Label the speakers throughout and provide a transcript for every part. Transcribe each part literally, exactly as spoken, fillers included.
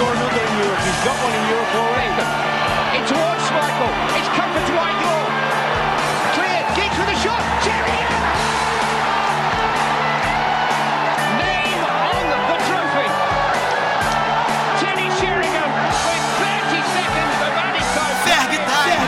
Speaker 1: score another in Europe. He's got one in Europe already. In towards Michael. It's comfort to Whitelaw. Clear. Giggs with a shot. Sheringham. Name on the trophy. Teddy Sheringham with thirty seconds of added time.
Speaker 2: Ferg time.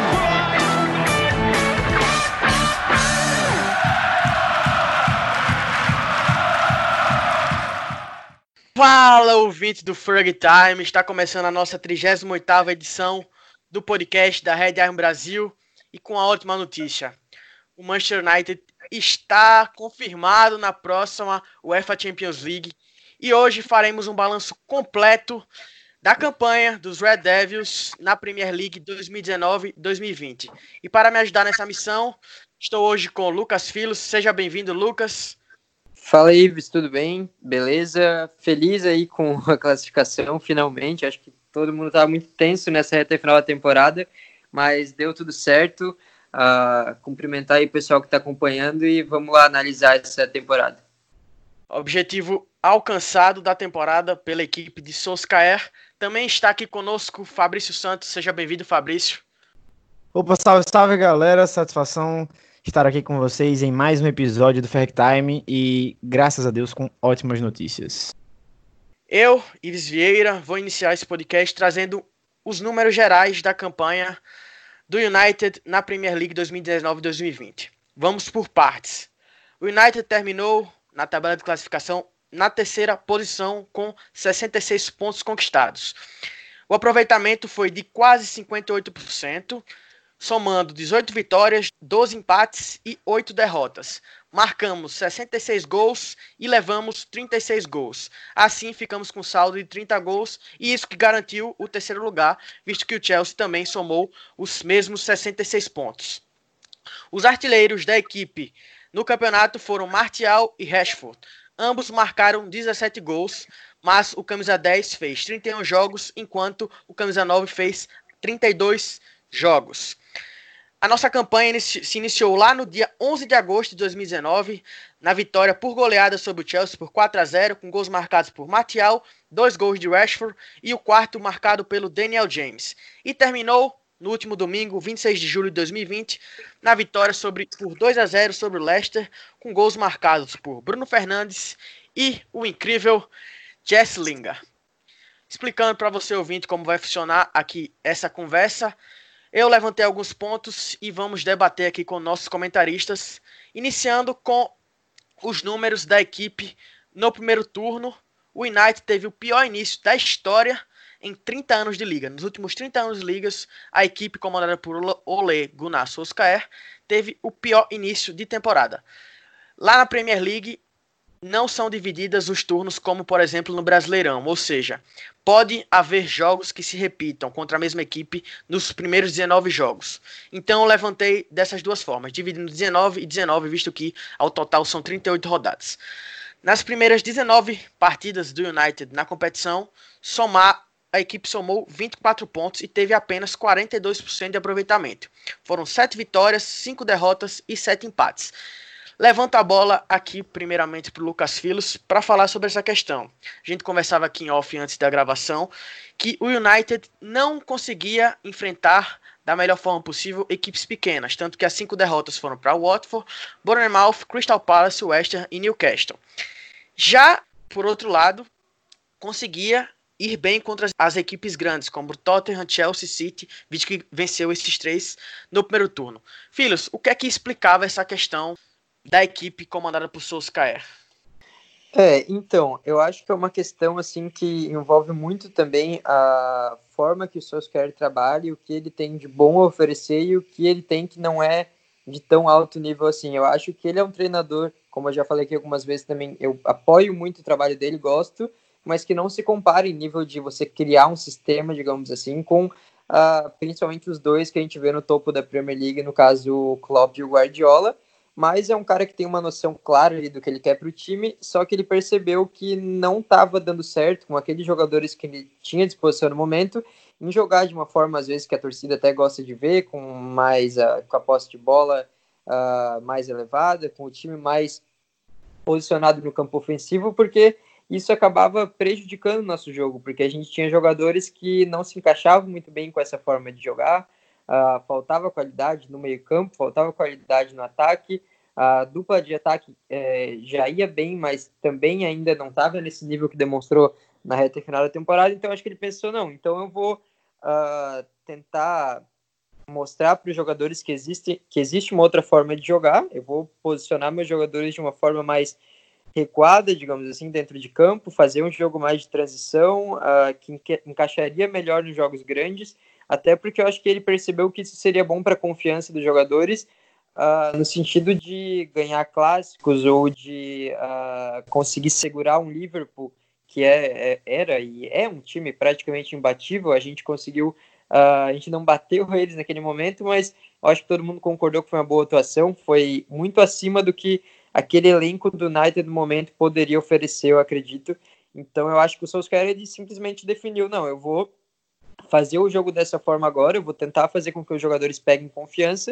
Speaker 3: Fala, ouvintes do Ferg Time, está começando a nossa trigésima oitava edição do podcast da Red Army Brasil e com a ótima notícia, o Manchester United está confirmado na próxima UEFA Champions League e hoje faremos um balanço completo da campanha dos Red Devils na Premier League dois mil e dezenove dois mil e vinte. E para me ajudar nessa missão, estou hoje com o Lucas Filos. Seja bem-vindo, Lucas.
Speaker 4: Fala aí, Ives, tudo bem? Beleza? Feliz aí com a classificação, finalmente. Acho que todo mundo estava muito tenso nessa reta final da temporada, mas deu tudo certo. Uh, cumprimentar aí o pessoal que está acompanhando e vamos lá analisar essa temporada.
Speaker 3: Objetivo alcançado da temporada pela equipe de Solskjaer. Também está aqui conosco Fabrício Santos. Seja bem-vindo, Fabrício.
Speaker 5: Opa, salve, salve, galera. Satisfação estar aqui com vocês em mais um episódio do Ferg Time e, graças a Deus, com ótimas notícias.
Speaker 3: Eu, Ives Vieira, vou iniciar esse podcast trazendo os números gerais da campanha do United na Premier League dois mil e dezenove dois mil e vinte. Vamos por partes. O United terminou na tabela de classificação na terceira posição com sessenta e seis pontos conquistados. O aproveitamento foi de quase cinquenta e oito por cento, somando dezoito vitórias, doze empates e oito derrotas. Marcamos sessenta e seis gols e levamos trinta e seis gols. Assim, ficamos com saldo de trinta gols e isso que garantiu o terceiro lugar, visto que o Chelsea também somou os mesmos sessenta e seis pontos. Os artilheiros da equipe no campeonato foram Martial e Rashford. Ambos marcaram dezessete gols, mas o camisa dez fez trinta e um jogos, enquanto o camisa nove fez trinta e dois jogos. A nossa campanha inici- se iniciou lá no dia onze de agosto de dois mil e dezenove, na vitória por goleada sobre o Chelsea por quatro a zero, com gols marcados por Martial, dois gols de Rashford e o quarto marcado pelo Daniel James. E terminou no último domingo, vinte e seis de julho de dois mil e vinte, na vitória sobre, por dois a zero sobre o Leicester, com gols marcados por Bruno Fernandes e o incrível Jesse Lingard. Explicando para você, ouvinte, como vai funcionar aqui essa conversa, eu levantei alguns pontos e vamos debater aqui com nossos comentaristas, iniciando com os números da equipe no primeiro turno. O United teve o pior início da história em trinta anos de liga. Nos últimos trinta anos de ligas, a equipe comandada por Ole Gunnar Solskjaer teve o pior início de temporada. Lá na Premier League, não são divididas os turnos como, por exemplo, no Brasileirão, ou seja, pode haver jogos que se repitam contra a mesma equipe nos primeiros dezenove jogos. Então eu levantei dessas duas formas, dividindo dezenove e dezenove, visto que ao total são trinta e oito rodadas. Nas primeiras dezenove partidas do United na competição, somar, a equipe somou vinte e quatro pontos e teve apenas quarenta e dois por cento de aproveitamento. Foram sete vitórias, cinco derrotas e sete empates. Levanto a bola aqui, primeiramente, para o Lucas Filos, para falar sobre essa questão. A gente conversava aqui em off antes da gravação, que o United não conseguia enfrentar da melhor forma possível equipes pequenas, tanto que as cinco derrotas foram para Watford, Bournemouth, Crystal Palace, West Ham e Newcastle. Já, por outro lado, conseguia ir bem contra as, as equipes grandes, como Tottenham, Chelsea, City, visto que venceu esses três no primeiro turno. Filos, o que é que explicava essa questão da equipe comandada por Solskjaer?
Speaker 4: É, então, eu acho que é uma questão assim que envolve muito também a forma que o Solskjaer trabalha, o que ele tem de bom a oferecer e o que ele tem que não é de tão alto nível assim. Eu acho que ele é um treinador, como eu já falei aqui algumas vezes também, eu apoio muito o trabalho dele, gosto, mas que não se compara em nível de você criar um sistema, digamos assim, com uh, principalmente os dois que a gente vê no topo da Premier League, no caso o Klopp e o Guardiola. Mas é um cara que tem uma noção clara ali do que ele quer para o time, só que ele percebeu que não estava dando certo com aqueles jogadores que ele tinha à disposição no momento, em jogar de uma forma, às vezes, que a torcida até gosta de ver, com mais uh, com a posse de bola uh, mais elevada, com o time mais posicionado no campo ofensivo, porque isso acabava prejudicando o nosso jogo, porque a gente tinha jogadores que não se encaixavam muito bem com essa forma de jogar, uh, faltava qualidade no meio campo, faltava qualidade no ataque, a dupla de ataque é, já ia bem, mas também ainda não estava nesse nível que demonstrou na reta final da temporada, então acho que ele pensou, não, então eu vou uh, tentar mostrar para os jogadores que existe, que existe uma outra forma de jogar, eu vou posicionar meus jogadores de uma forma mais recuada, digamos assim, dentro de campo, fazer um jogo mais de transição, uh, que enca- encaixaria melhor nos jogos grandes, até porque eu acho que ele percebeu que isso seria bom para a confiança dos jogadores, uh, no sentido de ganhar clássicos ou de uh, conseguir segurar um Liverpool, que é, é, era e é um time praticamente imbatível. A gente conseguiu, uh, a gente não bateu eles naquele momento, mas eu acho que todo mundo concordou que foi uma boa atuação, foi muito acima do que aquele elenco do United no momento poderia oferecer, eu acredito. Então eu acho que o Solskjaer ele simplesmente definiu, não, eu vou fazer o jogo dessa forma agora, eu vou tentar fazer com que os jogadores peguem confiança,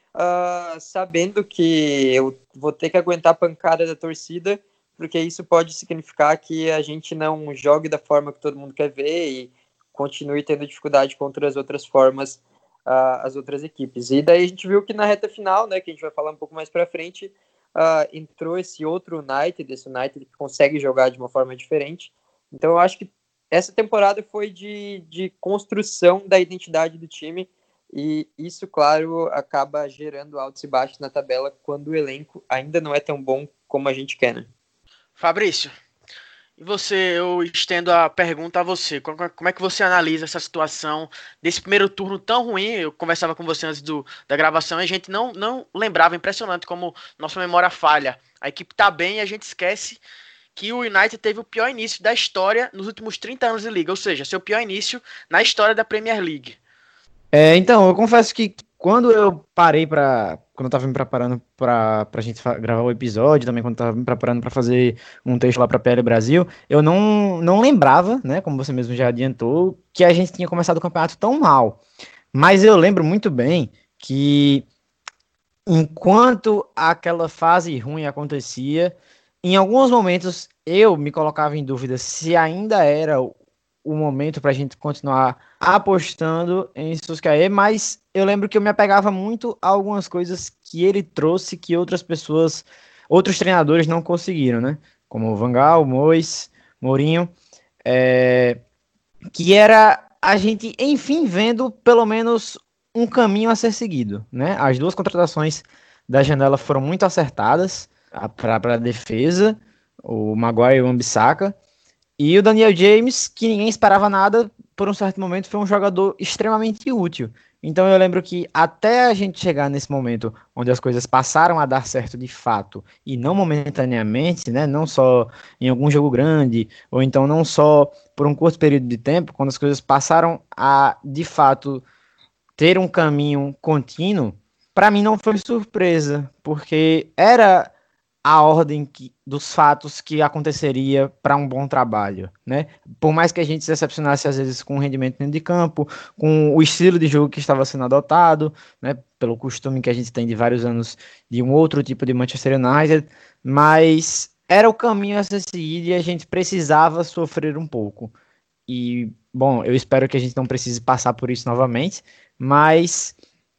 Speaker 4: uh, sabendo que eu vou ter que aguentar a pancada da torcida, porque isso pode significar que a gente não jogue da forma que todo mundo quer ver e continue tendo dificuldade contra as outras formas, uh, as outras equipes. E daí a gente viu que na reta final, né, que a gente vai falar um pouco mais para frente, uh, entrou esse outro United, esse United que consegue jogar de uma forma diferente. Então eu acho que essa temporada foi de, de construção da identidade do time, e isso, claro, acaba gerando altos e baixos na tabela quando o elenco ainda não é tão bom como a gente quer, né?
Speaker 3: Fabrício, e você, eu estendo a pergunta a você. Como é que você analisa essa situação desse primeiro turno tão ruim? Eu conversava com você antes do, da gravação e a gente não, não lembrava, impressionante como nossa memória falha. A equipe tá bem e a gente esquece que o United teve o pior início da história nos últimos trinta anos de liga, ou seja, seu pior início na história da Premier League.
Speaker 5: É, então, eu confesso que quando eu parei pra... Quando eu tava me preparando pra, pra gente gravar o episódio, também quando eu tava me preparando pra fazer um texto lá pra P L Brasil, eu não, não lembrava, né, como você mesmo já adiantou, que a gente tinha começado o campeonato tão mal. Mas eu lembro muito bem que enquanto aquela fase ruim acontecia, em alguns momentos eu me colocava em dúvida se ainda era o, o momento para a gente continuar apostando em Solskjaer, mas eu lembro que eu me apegava muito a algumas coisas que ele trouxe que outras pessoas, outros treinadores não conseguiram, né? Como o Van Gaal, Moyes, Mourinho, é, que era a gente, enfim, vendo pelo menos um caminho a ser seguido, né? As duas contratações da janela foram muito acertadas para a defesa, o Maguire e o Wan-Bissaka, e o Daniel James, que ninguém esperava nada, por um certo momento foi um jogador extremamente útil. Então eu lembro que até a gente chegar nesse momento onde as coisas passaram a dar certo de fato, e não momentaneamente, né, não só em algum jogo grande, ou então não só por um curto período de tempo, quando as coisas passaram a, de fato, ter um caminho contínuo, para mim não foi surpresa, porque era a ordem que, dos fatos que aconteceria para um bom trabalho, né? Por mais que a gente se decepcionasse às vezes com o rendimento dentro de campo, com o estilo de jogo que estava sendo adotado, né? Pelo costume que a gente tem de vários anos de um outro tipo de Manchester United, mas era o caminho a ser seguido e a gente precisava sofrer um pouco. E, bom, eu espero que a gente não precise passar por isso novamente, mas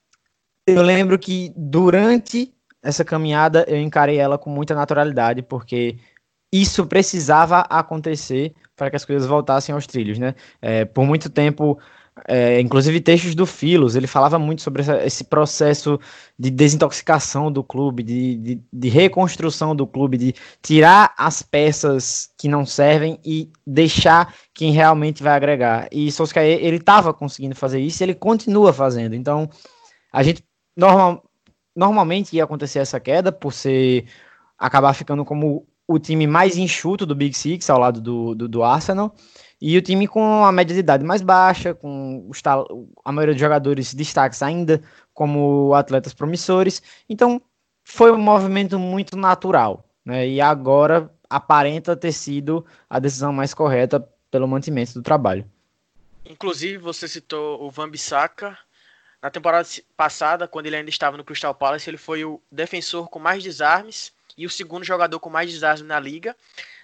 Speaker 5: eu lembro que durante essa caminhada eu encarei ela com muita naturalidade, porque isso precisava acontecer para que as coisas voltassem aos trilhos, né? É, por muito tempo, é, inclusive textos do Philos, ele falava muito sobre essa, esse processo de desintoxicação do clube, de, de, de reconstrução do clube, de tirar as peças que não servem e deixar quem realmente vai agregar. E Solskjaer, ele estava conseguindo fazer isso e ele continua fazendo. Então, a gente normal, normalmente ia acontecer essa queda por ser acabar ficando como o time mais enxuto do Big Six ao lado do, do, do Arsenal, e o time com a média de idade mais baixa, com os, a maioria dos jogadores destaques ainda como atletas promissores. Então foi um movimento muito natural, né? E agora aparenta ter sido a decisão mais correta pelo mantimento do trabalho.
Speaker 3: Inclusive você citou o Wan-Bissaka. Na temporada passada, quando ele ainda estava no Crystal Palace, ele foi o defensor com mais desarmes e o segundo jogador com mais desarmes na liga.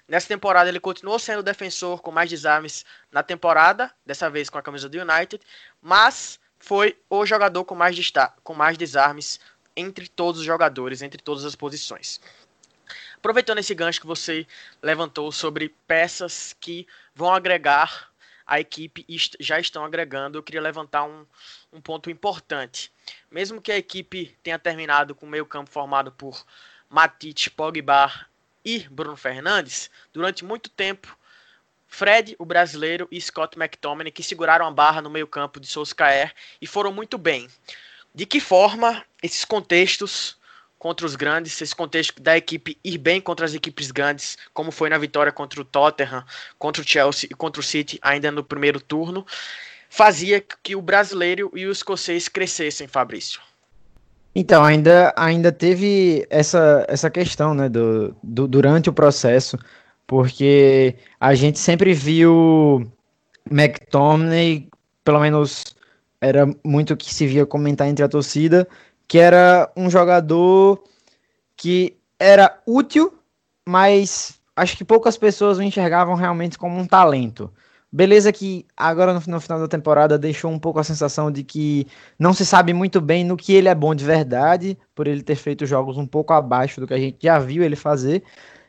Speaker 3: Nessa temporada ele continuou sendo defensor com mais desarmes na temporada, dessa vez com a camisa do United, mas foi o jogador com mais, desta- com mais desarmes entre todos os jogadores, entre todas as posições. Aproveitando esse gancho que você levantou sobre peças que vão agregar a equipe e já estão agregando, eu queria levantar um, um ponto importante. Mesmo que a equipe tenha terminado com o meio campo formado por Matite, Pogba e Bruno Fernandes, durante muito tempo, Fred, o brasileiro, e Scott McTominay, que seguraram a barra no meio campo de Solskjaer e foram muito bem. De que forma esses contextos contra os grandes, esse contexto da equipe ir bem contra as equipes grandes, como foi na vitória contra o Tottenham, contra o Chelsea e contra o City, ainda no primeiro turno, fazia que o brasileiro e o escocês crescessem, Fabrício?
Speaker 5: Então, ainda, ainda teve essa, essa questão, né, do, do, durante o processo, porque a gente sempre viu McTominay, pelo menos era muito o que se via comentar entre a torcida, que era um jogador que era útil, mas acho que poucas pessoas o enxergavam realmente como um talento. Beleza que agora no, no final da temporada deixou um pouco a sensação de que não se sabe muito bem no que ele é bom de verdade, por ele ter feito jogos um pouco abaixo do que a gente já viu ele fazer,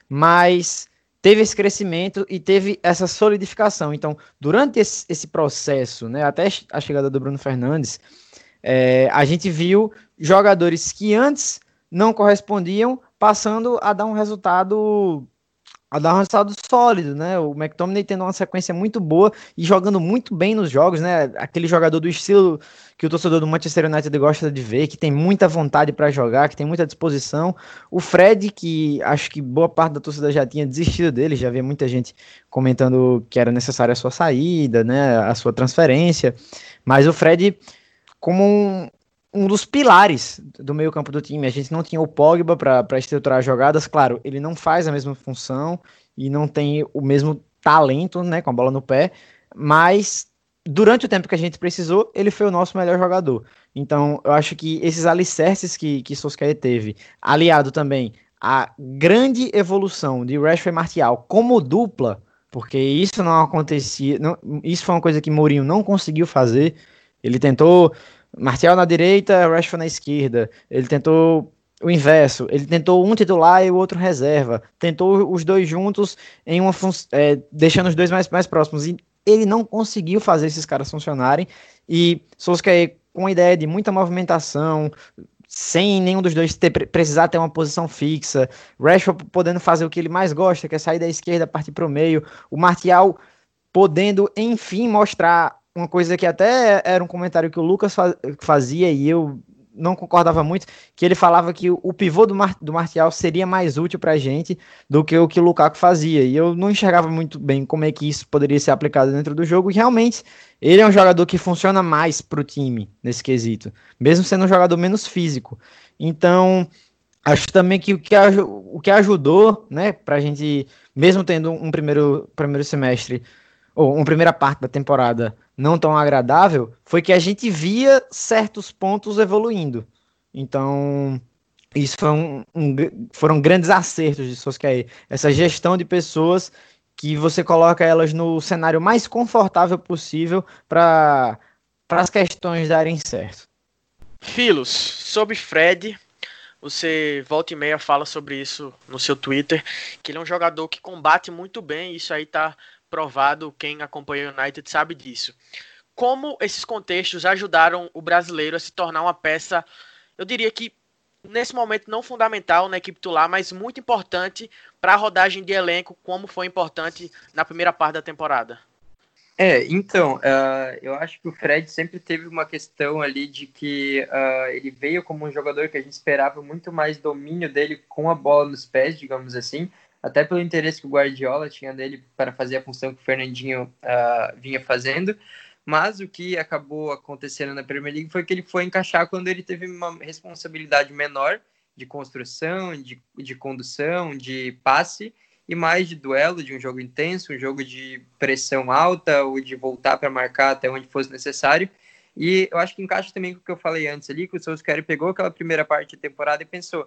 Speaker 5: mas teve esse crescimento e teve essa solidificação. Então, durante esse, esse processo, né, até a chegada do Bruno Fernandes, é, a gente viu jogadores que antes não correspondiam passando a dar um resultado a dar um resultado sólido, né? O McTominay tendo uma sequência muito boa e jogando muito bem nos jogos, né? Aquele jogador do estilo que o torcedor do Manchester United gosta de ver, que tem muita vontade para jogar, que tem muita disposição. O Fred, que acho que boa parte da torcida já tinha desistido dele, já havia muita gente comentando que era necessária a sua saída, né? A sua transferência. Mas o Fred, como um, um dos pilares do meio campo do time, a gente não tinha o Pogba para estruturar jogadas, claro, ele não faz a mesma função e não tem o mesmo talento, né, com a bola no pé, mas durante o tempo que a gente precisou, ele foi o nosso melhor jogador. Então, eu acho que esses alicerces que, que Solskjaer teve, aliado também à grande evolução de Rashford e Martial como dupla, porque isso não acontecia, não, isso foi uma coisa que Mourinho não conseguiu fazer. Ele tentou Martial na direita, Rashford na esquerda. Ele tentou o inverso. Ele tentou um titular e o outro reserva. Tentou os dois juntos, em uma fun- é, deixando os dois mais, mais próximos. E ele não conseguiu fazer esses caras funcionarem. E Solskjaer, com a ideia de muita movimentação, sem nenhum dos dois ter, precisar ter uma posição fixa, Rashford podendo fazer o que ele mais gosta, que é sair da esquerda, partir para o meio. O Martial podendo, enfim, mostrar uma coisa que até era um comentário que o Lucas fazia e eu não concordava muito, que ele falava que o pivô do, Mar do Martial seria mais útil pra gente do que o que o Lukaku fazia, e eu não enxergava muito bem como é que isso poderia ser aplicado dentro do jogo, e realmente ele é um jogador que funciona mais pro time nesse quesito, mesmo sendo um jogador menos físico. Então, acho também que o que, o que ajudou, né, pra gente, mesmo tendo um primeiro, primeiro semestre ou uma primeira parte da temporada não tão agradável, foi que a gente via certos pontos evoluindo. Então, isso foi um, um, foram grandes acertos de Solskjaer. Essa gestão de pessoas que você coloca elas no cenário mais confortável possível para as questões darem certo.
Speaker 3: Filos, sobre Fred, você volta e meia fala sobre isso no seu Twitter, que ele é um jogador que combate muito bem, isso aí tá provado, quem acompanha o United sabe disso. Como esses contextos ajudaram o brasileiro a se tornar uma peça, eu diria que nesse momento não fundamental na equipe titular, mas muito importante para a rodagem de elenco, como foi importante na primeira parte da temporada?
Speaker 4: É, então, uh, eu acho que o Fred sempre teve uma questão ali de que uh, ele veio como um jogador que a gente esperava muito mais domínio dele com a bola nos pés, digamos assim, até pelo interesse que o Guardiola tinha dele para fazer a função que o Fernandinho uh, vinha fazendo, mas o que acabou acontecendo na Premier League foi que ele foi encaixar quando ele teve uma responsabilidade menor de construção, de, de condução, de passe, e mais de duelo, de um jogo intenso, um jogo de pressão alta, ou de voltar para marcar até onde fosse necessário. E eu acho que encaixa também com o que eu falei antes ali, que o Solskjaer pegou aquela primeira parte da temporada e pensou,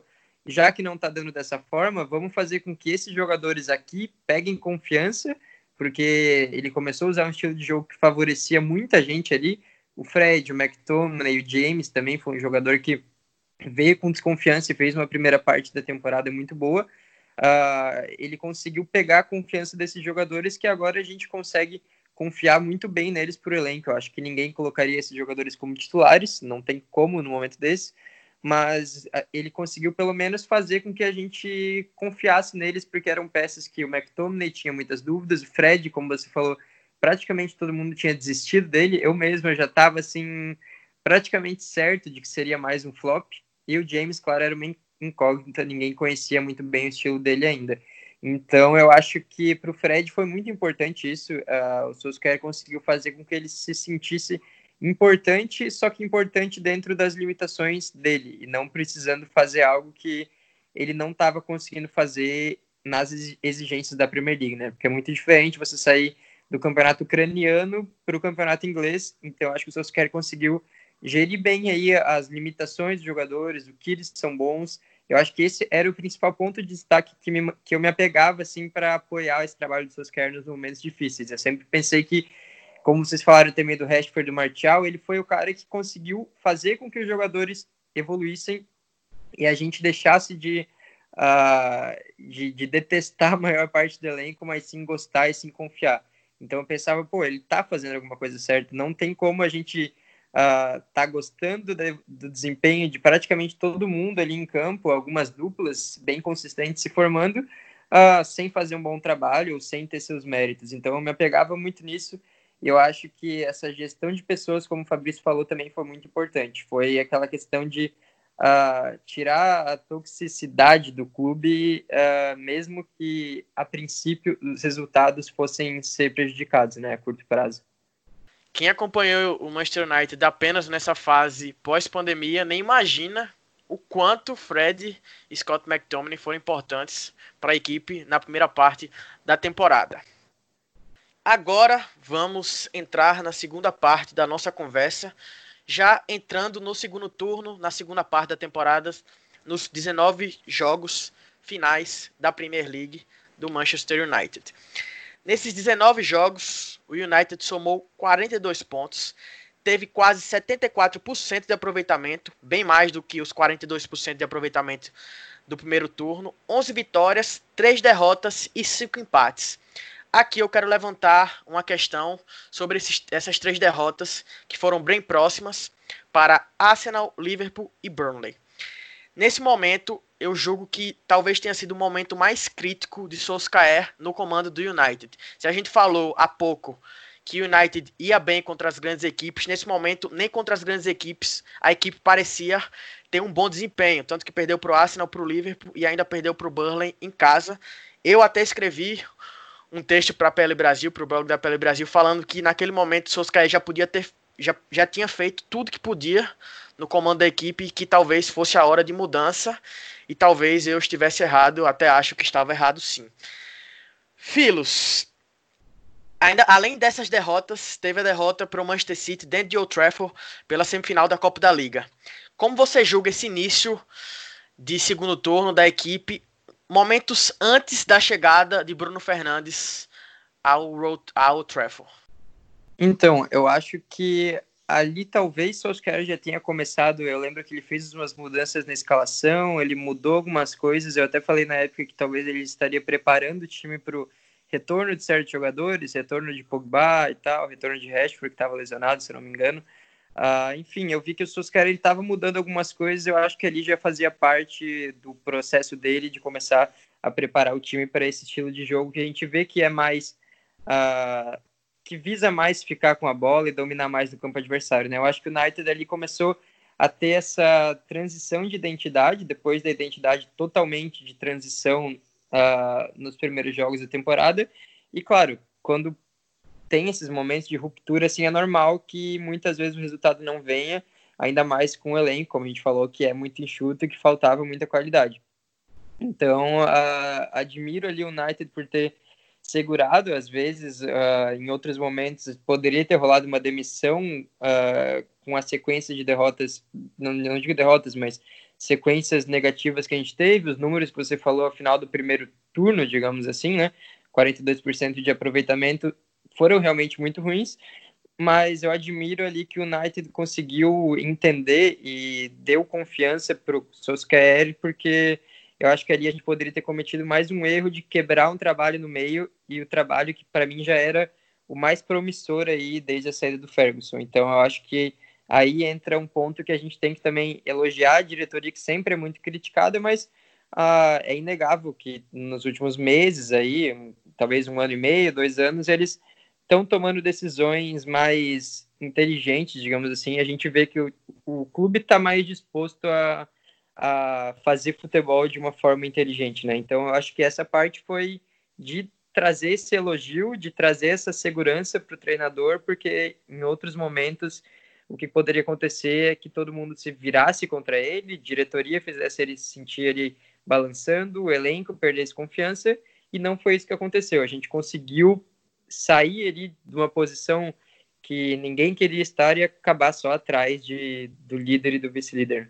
Speaker 4: já que não está dando dessa forma, vamos fazer com que esses jogadores aqui peguem confiança, porque ele começou a usar um estilo de jogo que favorecia muita gente ali. O Fred, o McTominay, o James também foi um jogador que veio com desconfiança e fez uma primeira parte da temporada muito boa. Uh, ele conseguiu pegar a confiança desses jogadores que agora a gente consegue confiar muito bem neles por elenco. Eu acho que ninguém colocaria esses jogadores como titulares, não tem como no momento desse, mas ele conseguiu pelo menos fazer com que a gente confiasse neles, porque eram peças que o McTominay tinha muitas dúvidas, o Fred, como você falou, praticamente todo mundo tinha desistido dele, eu mesmo eu já estava assim, praticamente certo de que seria mais um flop, e o James, claro, era uma incógnita, ninguém conhecia muito bem o estilo dele ainda. Então eu acho que para o Fred foi muito importante isso, uh, o Solskjaer conseguiu fazer com que ele se sentisse importante, só que importante dentro das limitações dele, e não precisando fazer algo que ele não estava conseguindo fazer nas exigências da Premier League, né? Porque é muito diferente você sair do campeonato ucraniano para o campeonato inglês, então acho que o Solskjaer conseguiu gerir bem aí as limitações dos jogadores, o que eles são bons. Eu acho que esse era o principal ponto de destaque que, me, que eu me apegava assim, para apoiar esse trabalho do Solskjaer nos momentos difíceis. Eu sempre pensei que, como vocês falaram também do Rashford e do Martial, ele foi o cara que conseguiu fazer com que os jogadores evoluíssem e a gente deixasse de, uh, de, de detestar a maior parte do elenco, mas sim gostar e sim confiar. Então eu pensava, pô, ele tá fazendo alguma coisa certa, não tem como a gente uh, tá gostando de, do desempenho de praticamente todo mundo ali em campo, algumas duplas bem consistentes se formando, uh, sem fazer um bom trabalho ou sem ter seus méritos. Então eu me apegava muito nisso. E eu acho que essa gestão de pessoas, como o Fabrício falou, também foi muito importante. Foi aquela questão de uh, tirar a toxicidade do clube, uh, mesmo que, a princípio, os resultados fossem ser prejudicados, né, a curto prazo.
Speaker 3: Quem acompanhou o Manchester United apenas nessa fase pós-pandemia nem imagina o quanto Fred e Scott McTominay foram importantes para a equipe na primeira parte da temporada. Agora vamos entrar na segunda parte da nossa conversa, já entrando no segundo turno, na segunda parte da temporada, nos dezenove jogos finais da Premier League do Manchester United. Nesses dezenove jogos, o United somou quarenta e dois pontos, teve quase setenta e quatro por cento de aproveitamento, bem mais do que os quarenta e dois por cento de aproveitamento do primeiro turno, onze vitórias, três derrotas e cinco empates. Aqui eu quero levantar uma questão sobre esses, essas três derrotas que foram bem próximas para Arsenal, Liverpool e Burnley. Nesse momento, eu julgo que talvez tenha sido o momento mais crítico de Solskjaer no comando do United. Se a gente falou há pouco que o United ia bem contra as grandes equipes, nesse momento, nem contra as grandes equipes, a equipe parecia ter um bom desempenho, tanto que perdeu para o Arsenal, para o Liverpool e ainda perdeu para o Burnley em casa. Eu até escrevi um texto para a P L Brasil, para o blog da P L Brasil, falando que naquele momento o Solskjaer já podia ter, já, já tinha feito tudo que podia no comando da equipe e que talvez fosse a hora de mudança e talvez eu estivesse errado, eu até acho que estava errado sim. Filos, ainda, além dessas derrotas, teve a derrota para o Manchester City dentro de Old Trafford pela semifinal da Copa da Liga. Como você julga esse início de segundo turno da equipe, momentos antes da chegada de Bruno Fernandes ao, Road, ao Old Trafford?
Speaker 4: Então, eu acho que ali talvez Solskjaer já tenha começado, eu lembro que ele fez umas mudanças na escalação, ele mudou algumas coisas, eu até falei na época que talvez ele estaria preparando o time para o retorno de certos jogadores, retorno de Pogba e tal, retorno de Rashford que estava lesionado, se não me engano. Uh, enfim, eu vi que o Solskjaer estava mudando algumas coisas, eu acho que ali já fazia parte do processo dele de começar a preparar o time para esse estilo de jogo que a gente vê que é mais, uh, que visa mais ficar com a bola e dominar mais no campo adversário, né? Eu acho que o United ali começou a ter essa transição de identidade, depois da identidade totalmente de transição uh, nos primeiros jogos da temporada, e claro, quando tem esses momentos de ruptura, assim, é normal que muitas vezes o resultado não venha, ainda mais com o elenco, como a gente falou, que é muito enxuto e que faltava muita qualidade. Então, uh, admiro ali o United por ter segurado, às vezes, uh, em outros momentos, poderia ter rolado uma demissão uh, com a sequência de derrotas, não, não digo derrotas, mas sequências negativas que a gente teve, os números que você falou ao final do primeiro turno, digamos assim, né, quarenta e dois por cento de aproveitamento, foram realmente muito ruins, mas eu admiro ali que o United conseguiu entender e deu confiança para o Solskjaer, porque eu acho que ali a gente poderia ter cometido mais um erro de quebrar um trabalho no meio, e o trabalho que para mim já era o mais promissor aí desde a saída do Ferguson. Então eu acho que aí entra um ponto que a gente tem que também elogiar a diretoria, que sempre é muito criticada, mas ah, é inegável que nos últimos meses aí, um, talvez um ano e meio, dois anos, eles estão tomando decisões mais inteligentes, digamos assim. A gente vê que o, o clube está mais disposto a, a fazer futebol de uma forma inteligente, né? Então eu acho que essa parte foi de trazer esse elogio, de trazer essa segurança para o treinador, porque em outros momentos o que poderia acontecer é que todo mundo se virasse contra ele, diretoria fizesse ele se sentir ali balançando, o elenco perdesse confiança, e não foi isso que aconteceu. A gente conseguiu sair ali de uma posição que ninguém queria estar e acabar só atrás de, do líder e do vice-líder.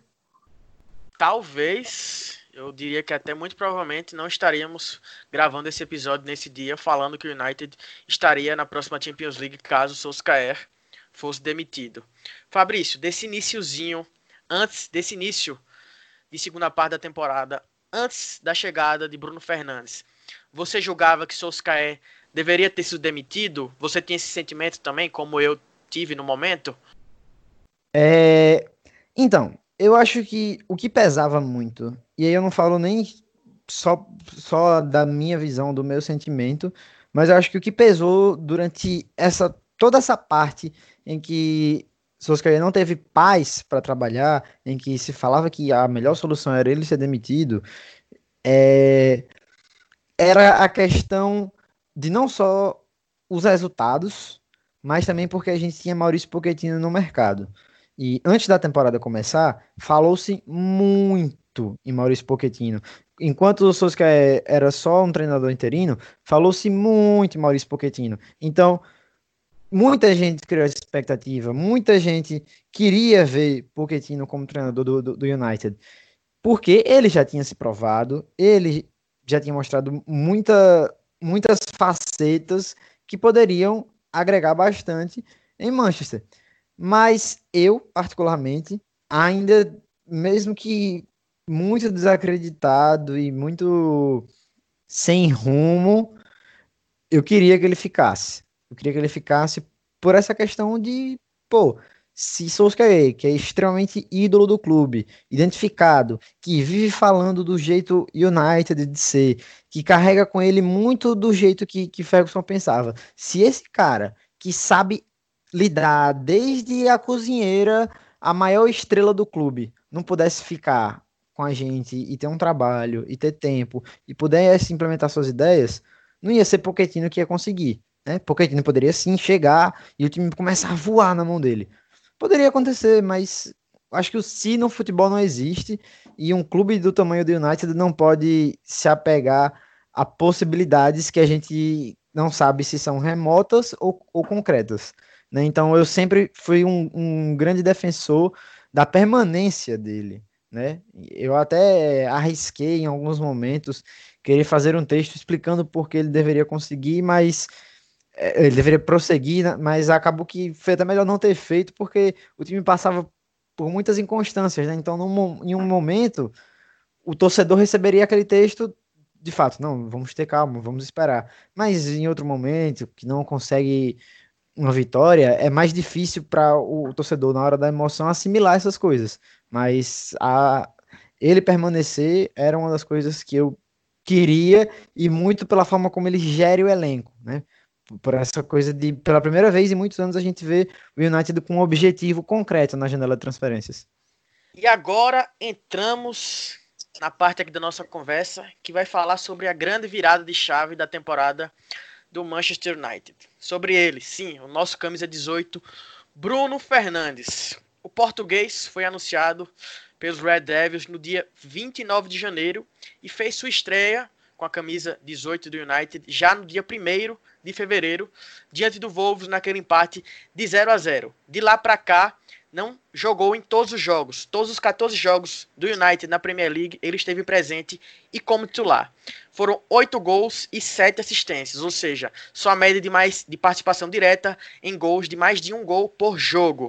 Speaker 3: Talvez, eu diria que até muito provavelmente não estaríamos gravando esse episódio nesse dia falando que o United estaria na próxima Champions League caso o Solskjaer fosse demitido. Fabrício, desse iniciozinho, antes desse início de segunda parte da temporada, antes da chegada de Bruno Fernandes, você julgava que Solskjaer deveria ter sido demitido? Você tinha esse sentimento também, como eu tive no momento?
Speaker 5: É... Então, eu acho que o que pesava muito, e aí eu não falo nem só, só da minha visão, do meu sentimento, mas eu acho que o que pesou durante essa, toda essa parte em que Solskjaer não teve paz para trabalhar, em que se falava que a melhor solução era ele ser demitido, é... era a questão de não só os resultados, mas também porque a gente tinha Maurício Pochettino no mercado. E antes da temporada começar, falou-se muito em Maurício Pochettino. Enquanto o Solskjaer era só um treinador interino, falou-se muito em Maurício Pochettino. Então, muita gente criou essa expectativa, muita gente queria ver Pochettino como treinador do, do, do United, porque ele já tinha se provado, ele já tinha mostrado muita, muitas facetas que poderiam agregar bastante em Manchester. Mas eu, particularmente, ainda, mesmo que muito desacreditado e muito sem rumo, eu queria que ele ficasse. Eu queria que ele ficasse por essa questão de, pô, se Solskjaer, que é extremamente ídolo do clube, identificado, que vive falando do jeito United de ser, que carrega com ele muito do jeito que, que Ferguson pensava. Se esse cara, que sabe lidar desde a cozinheira, a maior estrela do clube, não pudesse ficar com a gente e ter um trabalho, e ter tempo, e pudesse implementar suas ideias, não ia ser Pochettino que ia conseguir, né? Pochettino poderia sim chegar e o time começar a voar na mão dele. Poderia acontecer, mas acho que o se no futebol não existe, e um clube do tamanho do United não pode se apegar a possibilidades que a gente não sabe se são remotas ou, ou concretas, né? Então eu sempre fui um, um grande defensor da permanência dele, né? Eu até arrisquei em alguns momentos querer fazer um texto explicando por que ele deveria conseguir, mas ele deveria prosseguir, mas acabou que foi até melhor não ter feito, porque o time passava por muitas inconstâncias, né? Então, num, em um momento, o torcedor receberia aquele texto, de fato, não, vamos ter calma, vamos esperar. Mas em outro momento, que não consegue uma vitória, é mais difícil para o torcedor, na hora da emoção, assimilar essas coisas. Mas a, ele permanecer era uma das coisas que eu queria, e muito pela forma como ele gere o elenco, né? Por essa coisa de, pela primeira vez em muitos anos, a gente vê o United com um objetivo concreto na janela de transferências.
Speaker 3: E agora entramos na parte aqui da nossa conversa, que vai falar sobre a grande virada de chave da temporada do Manchester United. Sobre ele, sim, o nosso camisa dezoito, Bruno Fernandes. O português foi anunciado pelos Red Devils no dia vinte e nove de janeiro e fez sua estreia com a camisa dezoito do United já no dia primeiro de fevereiro, diante do Wolves naquele empate de zero a zero. De lá para cá, não jogou em todos os jogos. Todos os quatorze jogos do United na Premier League, ele esteve presente e como titular. Foram oito gols e sete assistências, ou seja, sua média de, mais, de participação direta em gols de mais de um gol por jogo.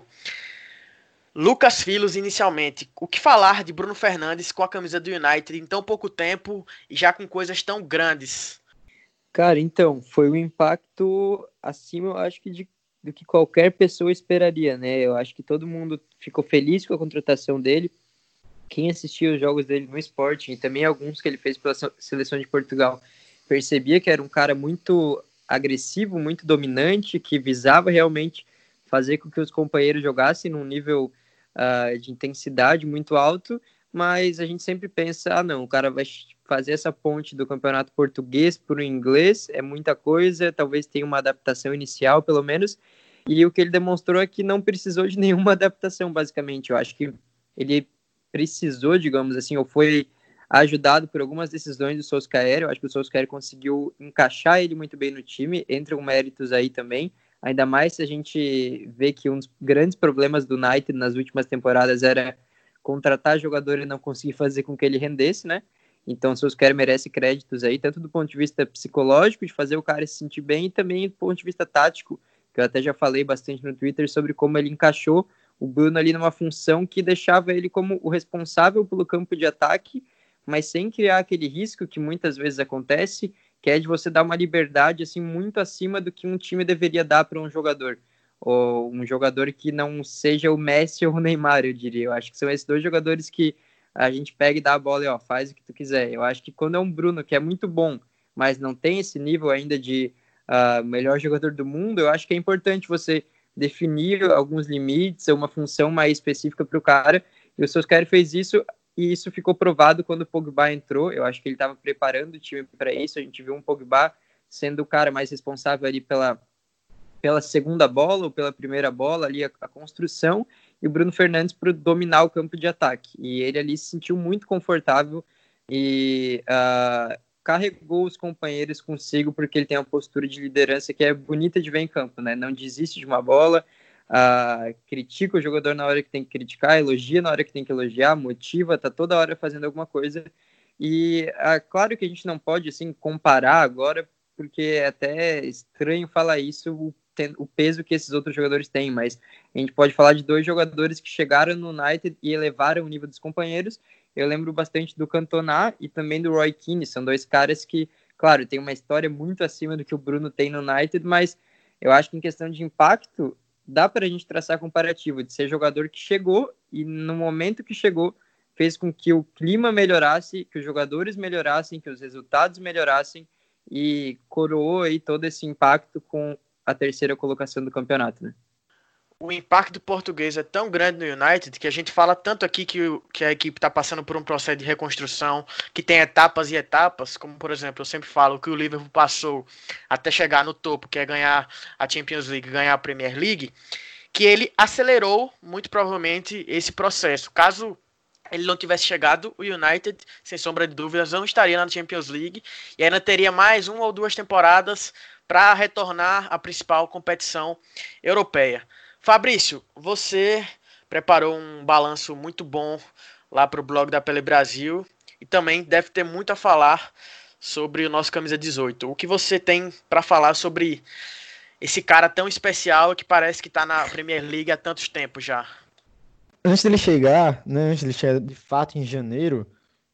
Speaker 3: Lucas Filos, inicialmente, o que falar de Bruno Fernandes com a camisa do United em tão pouco tempo e já com coisas tão grandes?
Speaker 4: Cara, então, foi um impacto acima, eu acho que de do que qualquer pessoa esperaria, né? Eu acho que todo mundo ficou feliz com a contratação dele. Quem assistiu os jogos dele no Sporting e também alguns que ele fez pela seleção de Portugal percebia que era um cara muito agressivo, muito dominante, que visava realmente fazer com que os companheiros jogassem num nível uh, de intensidade muito alto, mas a gente sempre pensa, ah não, o cara vai fazer essa ponte do campeonato português para o inglês, é muita coisa, talvez tenha uma adaptação inicial, pelo menos, e o que ele demonstrou é que não precisou de nenhuma adaptação, basicamente. Eu acho que ele precisou, digamos assim, ou foi ajudado por algumas decisões do Solskjaer. Eu acho que o Solskjaer conseguiu encaixar ele muito bem no time, entram méritos aí também, ainda mais se a gente vê que um dos grandes problemas do United nas últimas temporadas era contratar jogador e não conseguir fazer com que ele rendesse, né? Então o Solskjaer merece créditos aí, tanto do ponto de vista psicológico, de fazer o cara se sentir bem, e também do ponto de vista tático, que eu até já falei bastante no Twitter sobre como ele encaixou o Bruno ali numa função que deixava ele como o responsável pelo campo de ataque, mas sem criar aquele risco que muitas vezes acontece, que é de você dar uma liberdade assim muito acima do que um time deveria dar para um jogador, ou um jogador que não seja o Messi ou o Neymar, eu diria. Eu acho que são esses dois jogadores que a gente pega e dá a bola e ó, faz o que tu quiser. Eu acho que quando é um Bruno que é muito bom, mas não tem esse nível ainda de uh, melhor jogador do mundo, eu acho que é importante você definir alguns limites, uma função mais específica para o cara, e o Solskjaer fez isso, e isso ficou provado quando o Pogba entrou. Eu acho que ele estava preparando o time para isso. A gente viu um Pogba sendo o cara mais responsável ali pela, pela segunda bola ou pela primeira bola, ali a, a construção, e o Bruno Fernandes para dominar o campo de ataque. E ele ali se sentiu muito confortável e uh, carregou os companheiros consigo, porque ele tem uma postura de liderança que é bonita de ver em campo, né? Não desiste de uma bola, uh, critica o jogador na hora que tem que criticar, elogia na hora que tem que elogiar, motiva, tá toda hora fazendo alguma coisa. E uh, claro que a gente não pode assim comparar agora, porque é até estranho falar isso, o, tem, o peso que esses outros jogadores têm, mas a gente pode falar de dois jogadores que chegaram no United e elevaram o nível dos companheiros. Eu lembro bastante do Cantona e também do Roy Keane. São dois caras que, claro, tem uma história muito acima do que o Bruno tem no United, mas eu acho que em questão de impacto, dá para a gente traçar comparativo de ser jogador que chegou e no momento que chegou, fez com que o clima melhorasse, que os jogadores melhorassem, que os resultados melhorassem e coroou aí todo esse impacto com a terceira colocação do campeonato, né?
Speaker 3: O impacto português é tão grande no United que a gente fala tanto aqui que, o, que a equipe está passando por um processo de reconstrução, que tem etapas e etapas, como por exemplo, eu sempre falo que o Liverpool passou até chegar no topo, que é ganhar a Champions League, ganhar a Premier League, que ele acelerou muito provavelmente esse processo. Caso ele não tivesse chegado, o United, sem sombra de dúvidas, não estaria na Champions League e ainda teria mais uma ou duas temporadas para retornar à principal competição europeia. Fabrício, você preparou um balanço muito bom lá para o blog da Pele Brasil e também deve ter muito a falar sobre o nosso camisa dezoito. O que você tem para falar sobre esse cara tão especial que parece que está na Premier League há tantos tempos já?
Speaker 5: Antes dele chegar, né, antes dele chegar de fato em janeiro,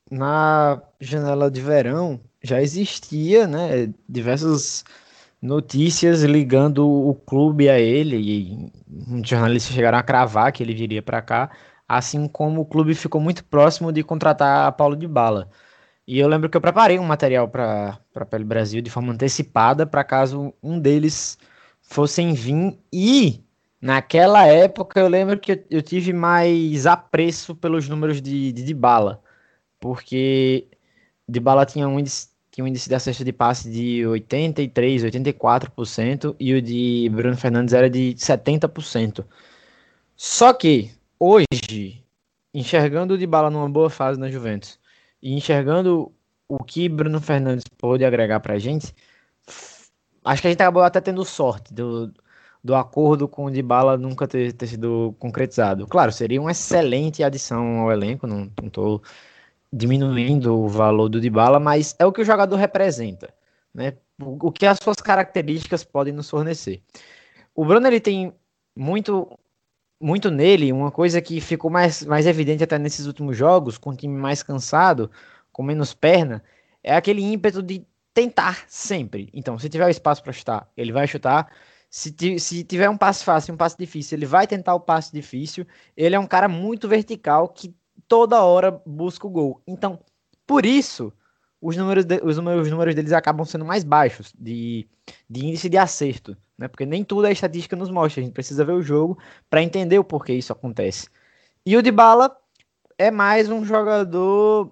Speaker 5: na janela de verão já existia, né, diversas notícias ligando o clube a ele, e muitos jornalistas chegaram a cravar que ele viria para cá, assim como o clube ficou muito próximo de contratar a Paulo Dybala. E eu lembro que eu preparei um material para a Pele Brasil de forma antecipada, para caso um deles fossem vir, e naquela época eu lembro que eu, eu tive mais apreço pelos números de, de Dybala, porque Dybala tinha um índice tinha um índice de acesso de passe de oitenta e três, oitenta e quatro por cento e o de Bruno Fernandes era de setenta por cento. Só que, hoje, enxergando o Dybala numa boa fase na Juventus e enxergando o que Bruno Fernandes pôde agregar pra gente, acho que a gente acabou até tendo sorte do, do acordo com o Dybala nunca ter, ter sido concretizado. Claro, seria uma excelente adição ao elenco, não estou diminuindo o valor do Dybala, mas é o que o jogador representa, né? O, o que as suas características podem nos fornecer. O Bruno, ele tem muito, muito nele, uma coisa que ficou mais, mais evidente até nesses últimos jogos, com o time mais cansado, com menos perna, é aquele ímpeto de tentar sempre. Então, se tiver o espaço para chutar, ele vai chutar. Se, se tiver um passe fácil, um passe difícil, ele vai tentar o passe difícil. Ele é um cara muito vertical que toda hora busca o gol. Então, por isso, os números, de, os números, os números deles acabam sendo mais baixos de, de índice de acerto, né? Porque nem tudo a estatística nos mostra. A gente precisa ver o jogo para entender o porquê isso acontece. E o Dybala é mais um jogador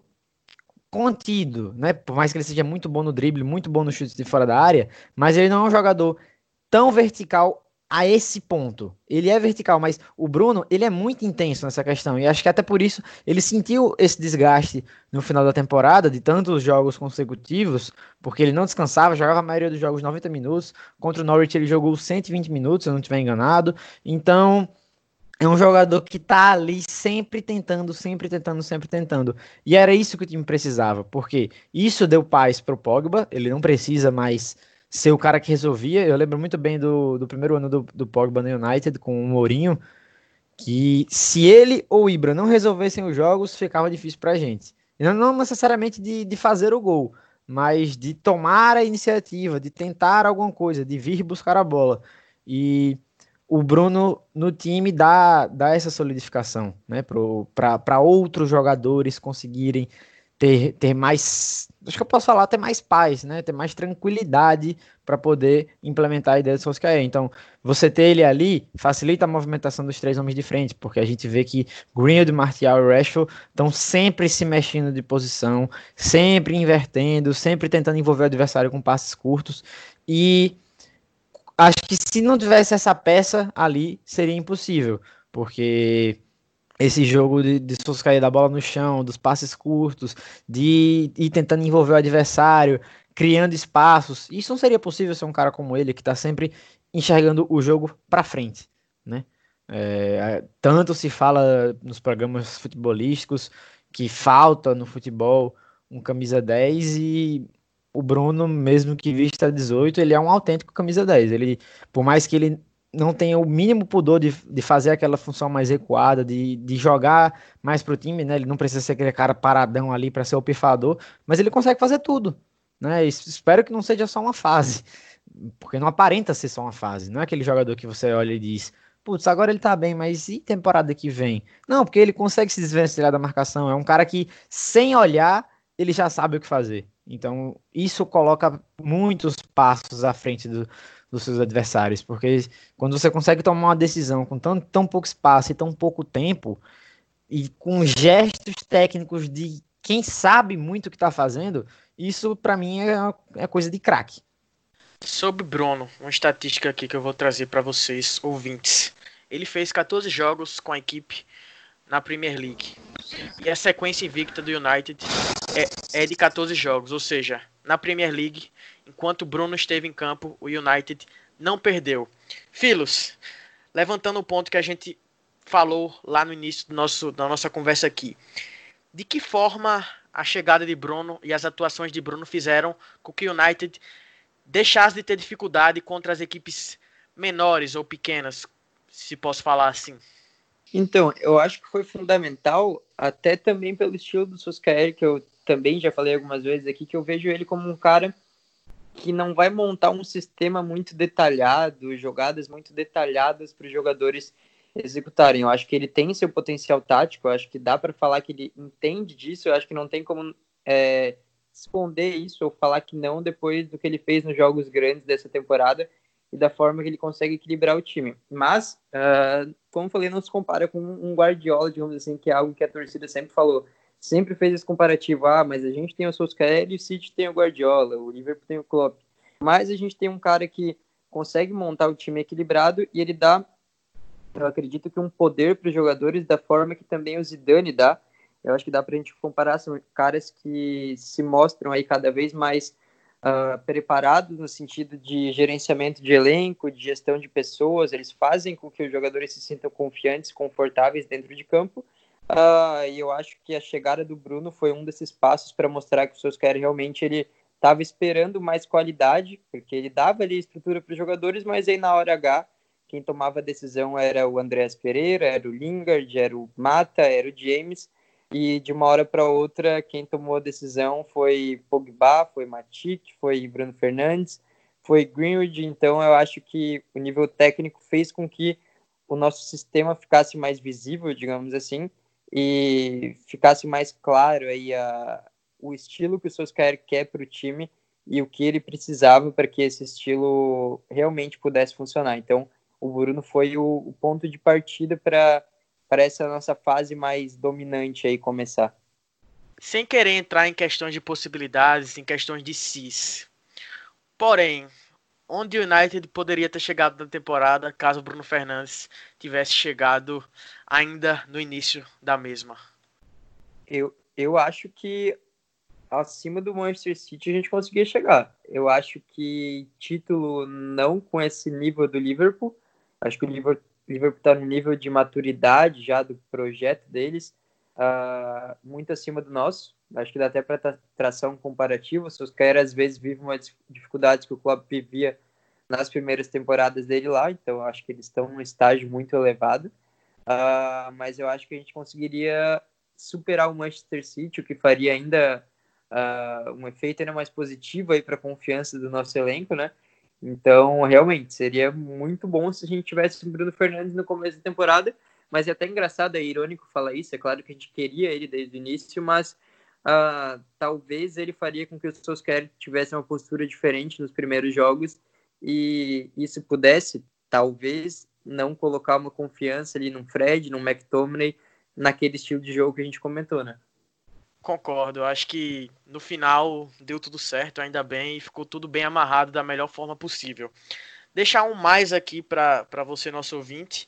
Speaker 5: contido, né? Por mais que ele seja muito bom no drible, muito bom no chute de fora da área, mas ele não é um jogador tão vertical a esse ponto. Ele é vertical, mas o Bruno, ele é muito intenso nessa questão, e acho que até por isso ele sentiu esse desgaste no final da temporada, de tantos jogos consecutivos, porque ele não descansava, jogava a maioria dos jogos noventa minutos, contra o Norwich ele jogou cento e vinte minutos, se eu não estiver enganado, então é um jogador que tá ali sempre tentando, sempre tentando, sempre tentando. E era isso que o time precisava, porque isso deu paz pro Pogba, ele não precisa mais ser o cara que resolvia. Eu lembro muito bem do, do primeiro ano do, do Pogba no United com o Mourinho, que se ele ou o Ibra não resolvessem os jogos, ficava difícil pra gente. E não, não necessariamente de, de fazer o gol, mas de tomar a iniciativa, de tentar alguma coisa, de vir buscar a bola. E o Bruno no time dá, dá essa solidificação, né, para outros jogadores conseguirem ter, ter mais, acho que eu posso falar, ter mais paz, né, ter mais tranquilidade para poder implementar a ideia do Solskjaer. Então, você ter ele ali facilita a movimentação dos três homens de frente, porque a gente vê que Greenwood, Martial e Rashford estão sempre se mexendo de posição, sempre invertendo, sempre tentando envolver o adversário com passes curtos, e acho que se não tivesse essa peça ali, seria impossível, porque esse jogo de, de Solskjaer da bola no chão, dos passes curtos, de ir tentando envolver o adversário, criando espaços, isso não seria possível ser um cara como ele, que está sempre enxergando o jogo para frente, né? É, tanto se fala nos programas futebolísticos que falta no futebol um camisa dez, e o Bruno, mesmo que vista dezoito, ele é um autêntico camisa dez. Ele, por mais que ele não tenha o mínimo pudor de, de fazer aquela função mais recuada, de, de jogar mais pro time, né? Ele não precisa ser aquele cara paradão ali para ser o pifador, mas ele consegue fazer tudo, né? E espero que não seja só uma fase, porque não aparenta ser só uma fase. Não é aquele jogador que você olha e diz: putz, agora ele tá bem, mas e temporada que vem? Não, porque ele consegue se desvencilhar da marcação. É um cara que, sem olhar, ele já sabe o que fazer. Então, isso coloca muitos passos à frente do, dos seus adversários, porque quando você consegue tomar uma decisão com tão, tão pouco espaço e tão pouco tempo, e com gestos técnicos de quem sabe muito o que está fazendo, isso para mim é, é coisa de craque.
Speaker 3: Sobre Bruno, uma estatística aqui que eu vou trazer para vocês, ouvintes. Ele fez catorze jogos com a equipe na Premier League. E a sequência invicta do United é, é de catorze jogos, ou seja, na Premier League, enquanto o Bruno esteve em campo, o United não perdeu. Filos, levantando o ponto que a gente falou lá no início do nosso, da nossa conversa aqui, de que forma a chegada de Bruno e as atuações de Bruno fizeram com que o United deixasse de ter dificuldade contra as equipes menores ou pequenas, se posso falar assim?
Speaker 4: Então, eu acho que foi fundamental, até também pelo estilo do Solskjaer, que eu também já falei algumas vezes aqui, que eu vejo ele como um cara que não vai montar um sistema muito detalhado, jogadas muito detalhadas para os jogadores executarem. Eu acho que ele tem seu potencial tático, eu acho que dá para falar que ele entende disso, eu acho que não tem como é, esconder isso ou falar que não depois do que ele fez nos jogos grandes dessa temporada e da forma que ele consegue equilibrar o time. Mas, uh, como eu falei, não se compara com um Guardiola, digamos assim, que é algo que a torcida sempre falou. Sempre fez esse comparativo. Ah, mas a gente tem o Solskjaer e o City tem o Guardiola, o Liverpool tem o Klopp. Mas a gente tem um cara que consegue montar o time equilibrado e ele dá, eu acredito que um poder para os jogadores da forma que também o Zidane dá. Eu acho que dá para a gente comparar, são caras que se mostram aí cada vez mais uh, preparados no sentido de gerenciamento de elenco, de gestão de pessoas, eles fazem com que os jogadores se sintam confiantes, confortáveis dentro de campo, uh, e eu acho que a chegada do Bruno foi um desses passos para mostrar que o Solskjaer realmente ele estava esperando mais qualidade, porque ele dava ali estrutura para os jogadores, mas aí na hora H, quem tomava a decisão era o Andreas Pereira, era o Lingard, era o Mata, era o James, e de uma hora para outra, quem tomou a decisão foi Pogba, foi Matip, foi Bruno Fernandes, foi Greenwood. Então eu acho que o nível técnico fez com que o nosso sistema ficasse mais visível, digamos assim, e ficasse mais claro aí a, o estilo que o Solskjaer quer para o time e o que ele precisava para que esse estilo realmente pudesse funcionar. Então o Bruno foi o, o ponto de partida para para essa nossa fase mais dominante aí começar.
Speaker 3: Sem querer entrar em questões de possibilidades, em questões de cis. Porém, onde o United poderia ter chegado na temporada caso o Bruno Fernandes tivesse chegado ainda no início da mesma?
Speaker 4: Eu, eu acho que acima do Manchester City a gente conseguia chegar. Eu acho que título não com esse nível do Liverpool. Acho que o Liverpool Liverpool está no nível de maturidade já do projeto deles, uh, muito acima do nosso. Acho que dá até para traçar um comparativo. O Solskjaer às vezes vive uma dificuldade que o Klopp vivia nas primeiras temporadas dele lá, então acho que eles estão num estágio muito elevado. Uh, mas eu acho que a gente conseguiria superar o Manchester City, o que faria ainda uh, um efeito ainda mais positivo para a confiança do nosso elenco, né? Então, realmente, seria muito bom se a gente tivesse o Bruno Fernandes no começo da temporada, mas é até engraçado, é irônico falar isso, é claro que a gente queria ele desde o início, mas uh, talvez ele faria com que o Solskjaer tivesse uma postura diferente nos primeiros jogos e isso pudesse, talvez, não colocar uma confiança ali no Fred, no McTominay, naquele estilo de jogo que a gente comentou, né?
Speaker 3: Concordo, eu acho que no final deu tudo certo, ainda bem, e ficou tudo bem amarrado da melhor forma possível. Deixar um mais aqui para você, nosso ouvinte.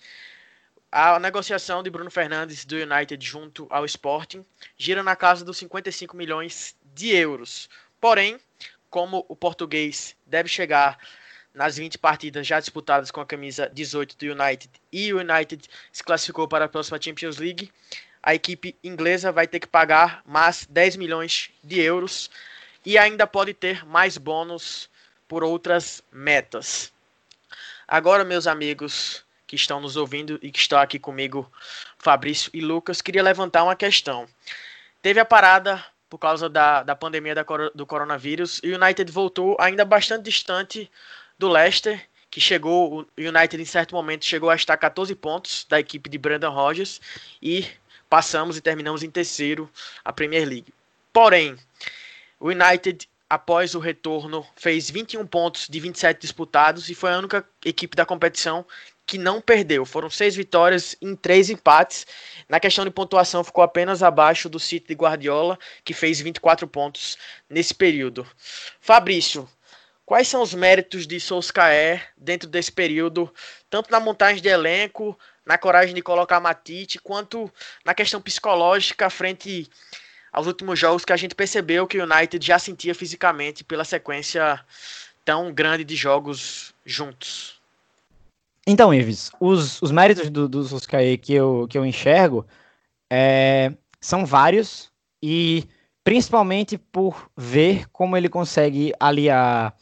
Speaker 3: A negociação de Bruno Fernandes do United junto ao Sporting gira na casa dos cinquenta e cinco milhões de euros. Porém, como o português deve chegar nas vinte partidas já disputadas com a camisa dezoito do United e o United se classificou para a próxima Champions League, a equipe inglesa vai ter que pagar mais dez milhões de euros e ainda pode ter mais bônus por outras metas. Agora, meus amigos que estão nos ouvindo e que estão aqui comigo, Fabrício e Lucas, queria levantar uma questão. Teve a parada por causa da, da pandemia da, do coronavírus e o United voltou ainda bastante distante do Leicester, que chegou, o United em certo momento chegou a estar catorze pontos da equipe de Brendan Rodgers e passamos e terminamos em terceiro a Premier League. Porém, o United, após o retorno, fez vinte e um pontos de vinte e sete disputados e foi a única equipe da competição que não perdeu. Foram seis vitórias em três empates. Na questão de pontuação, ficou apenas abaixo do City de Guardiola, que fez vinte e quatro pontos nesse período. Fabrício, quais são os méritos de Solskjaer dentro desse período, tanto na montagem de elenco, na coragem de colocar Matite, quanto na questão psicológica frente aos últimos jogos que a gente percebeu que o United já sentia fisicamente pela sequência tão grande de jogos juntos?
Speaker 5: Então, Ives, os, os méritos do, do Solskjaer que eu, que eu enxergo é, são vários e principalmente por ver como ele consegue aliar